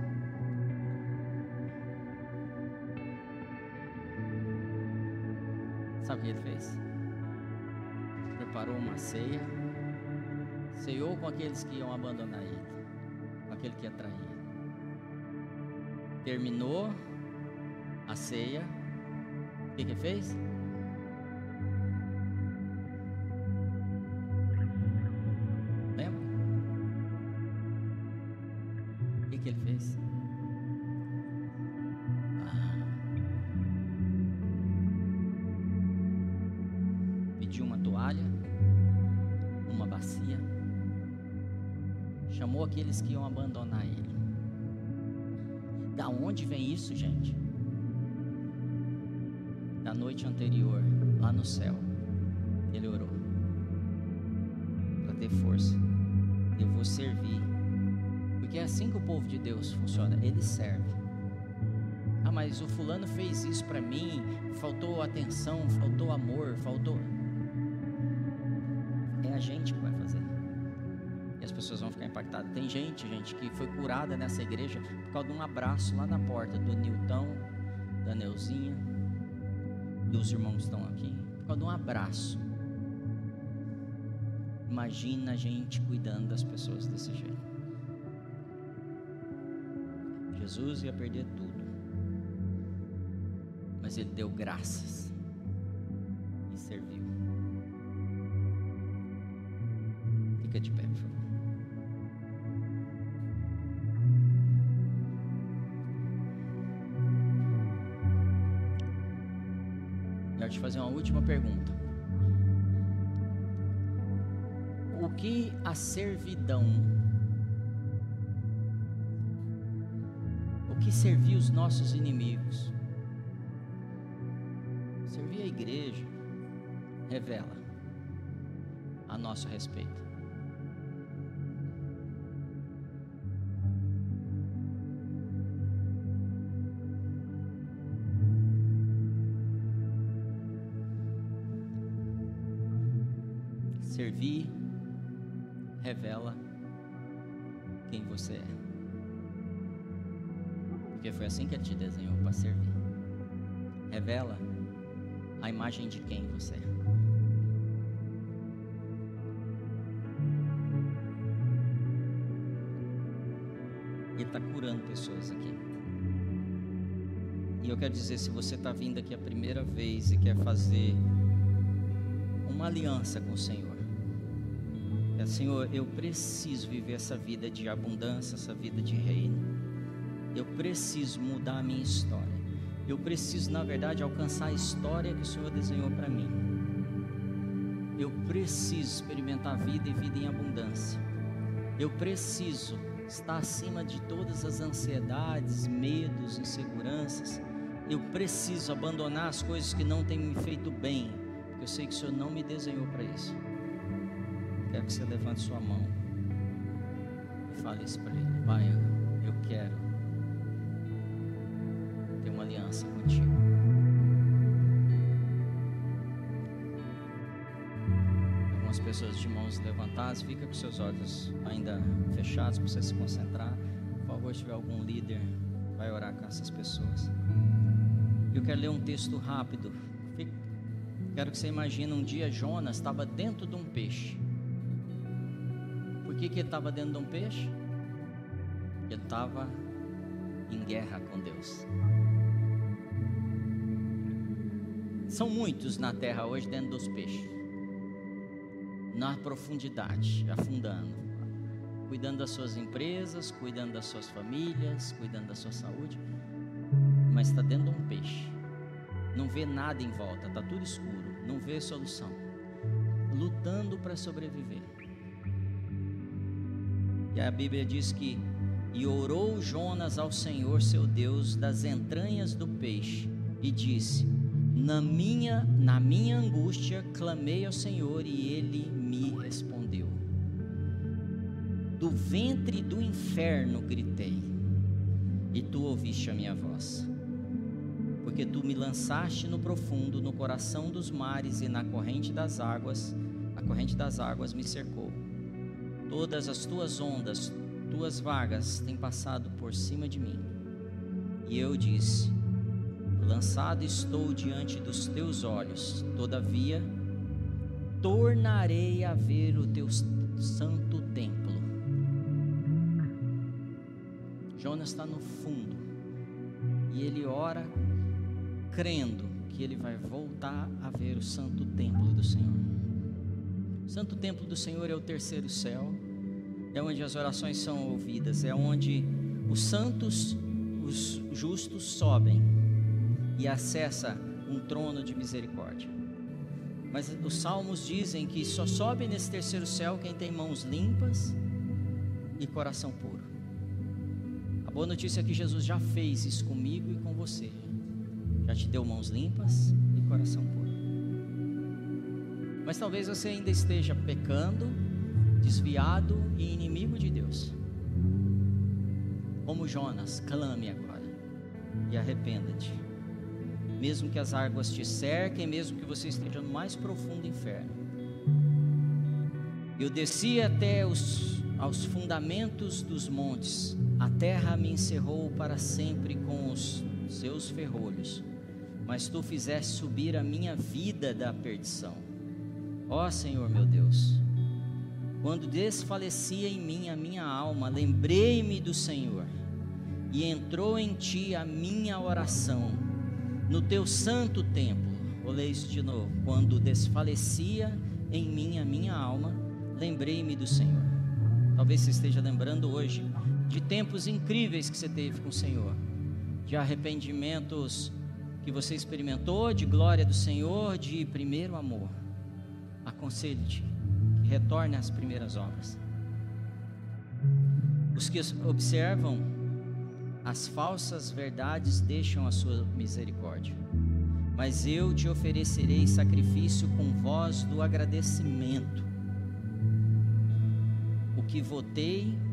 Sabe o que ele fez? Preparou uma ceia, ceiou com aqueles que iam abandonar ele, com aquele que ia trair ele. Terminou a ceia, o que ele fez? Lembra? O que ele fez? Pediu uma toalha, uma bacia, chamou aqueles que iam abandonar ele. Da onde vem isso, gente? Da noite anterior, lá no céu, ele orou para ter força. Eu vou servir, porque é assim que o povo de Deus funciona. Ele serve. Ah, mas o fulano fez isso para mim, faltou atenção, faltou amor, faltou. É a gente que vai fazer. E as pessoas vão ficar impactadas. Tem gente que foi curada nessa igreja por causa de um abraço lá na porta do Nilton, da Neuzinha, dos irmãos que estão aqui, por causa de um abraço. Imagina a gente cuidando das pessoas desse jeito. Jesus ia perder tudo, mas ele deu graças e serviu. Fica de pé, por favor. Quero te fazer uma última pergunta. O que a servidão, o que servir os nossos inimigos, servir a igreja, revela a nosso respeito? Servir revela quem você é, porque foi assim que ele te desenhou, para servir. Revela a imagem de quem você é. Ele está curando pessoas aqui. E eu quero dizer, se você está vindo aqui a primeira vez e quer fazer uma aliança com o Senhor, Senhor, eu preciso viver essa vida de abundância, essa vida de reino. Eu preciso mudar a minha história. Eu preciso, na verdade, alcançar a história que o Senhor desenhou para mim. Eu preciso experimentar a vida e vida em abundância. Eu preciso estar acima de todas as ansiedades, medos, inseguranças. Eu preciso abandonar as coisas que não têm me feito bem, porque eu sei que o Senhor não me desenhou para isso. Quero que você levante sua mão e fale isso para Ele. Pai, eu quero ter uma aliança contigo. Algumas pessoas de mãos levantadas, fica com seus olhos ainda fechados para você se concentrar. Por favor, se tiver algum líder, vai orar com essas pessoas. Eu quero ler um texto rápido. Quero que você imagine um dia Jonas estava dentro de um peixe. Por que ele estava dentro de um peixe? Ele estava em guerra com Deus. São muitos na terra hoje dentro dos peixes, na profundidade, afundando, cuidando das suas empresas, cuidando das suas famílias, cuidando da sua saúde, mas está dentro de um peixe, não vê nada em volta, está tudo escuro, não vê solução, lutando para sobreviver. E a Bíblia diz que: e orou Jonas ao Senhor seu Deus das entranhas do peixe, e disse: na minha angústia clamei ao Senhor, e Ele me respondeu. Do ventre do inferno gritei, e tu ouviste a minha voz. Porque tu me lançaste no profundo, no coração dos mares, e na corrente das águas, a corrente das águas me cercou. Todas as tuas ondas, tuas vagas têm passado por cima de mim. E eu disse: lançado estou diante dos teus olhos, todavia tornarei a ver o teu santo templo. Jonas está no fundo e ele ora crendo que ele vai voltar a ver o santo templo do Senhor. O santo templo do Senhor é o terceiro céu, é onde as orações são ouvidas, é onde os santos, os justos sobem e acessa um trono de misericórdia. Mas os salmos dizem que só sobe nesse terceiro céu quem tem mãos limpas e coração puro. A boa notícia é que Jesus já fez isso comigo e com você. Já te deu mãos limpas e coração puro. Mas talvez você ainda esteja pecando, desviado e inimigo de Deus. Como Jonas, clame agora e arrependa-te. Mesmo que as águas te cerquem, mesmo que você esteja no mais profundo inferno. Eu desci até aos fundamentos dos montes, a terra me encerrou para sempre com os seus ferrolhos, mas tu fizeste subir a minha vida da perdição. Ó Senhor meu Deus, quando desfalecia em mim a minha alma, lembrei-me do Senhor, e entrou em ti a minha oração, no teu santo templo. Vou ler isso de novo. Quando desfalecia em mim a minha alma, lembrei-me do Senhor. Talvez você esteja lembrando hoje de tempos incríveis que você teve com o Senhor, de arrependimentos que você experimentou, de glória do Senhor, de primeiro amor. Aconselho-te que retorne às primeiras obras. Os que observam as falsas verdades deixam a sua misericórdia, mas eu te oferecerei sacrifício com voz do agradecimento. O que votei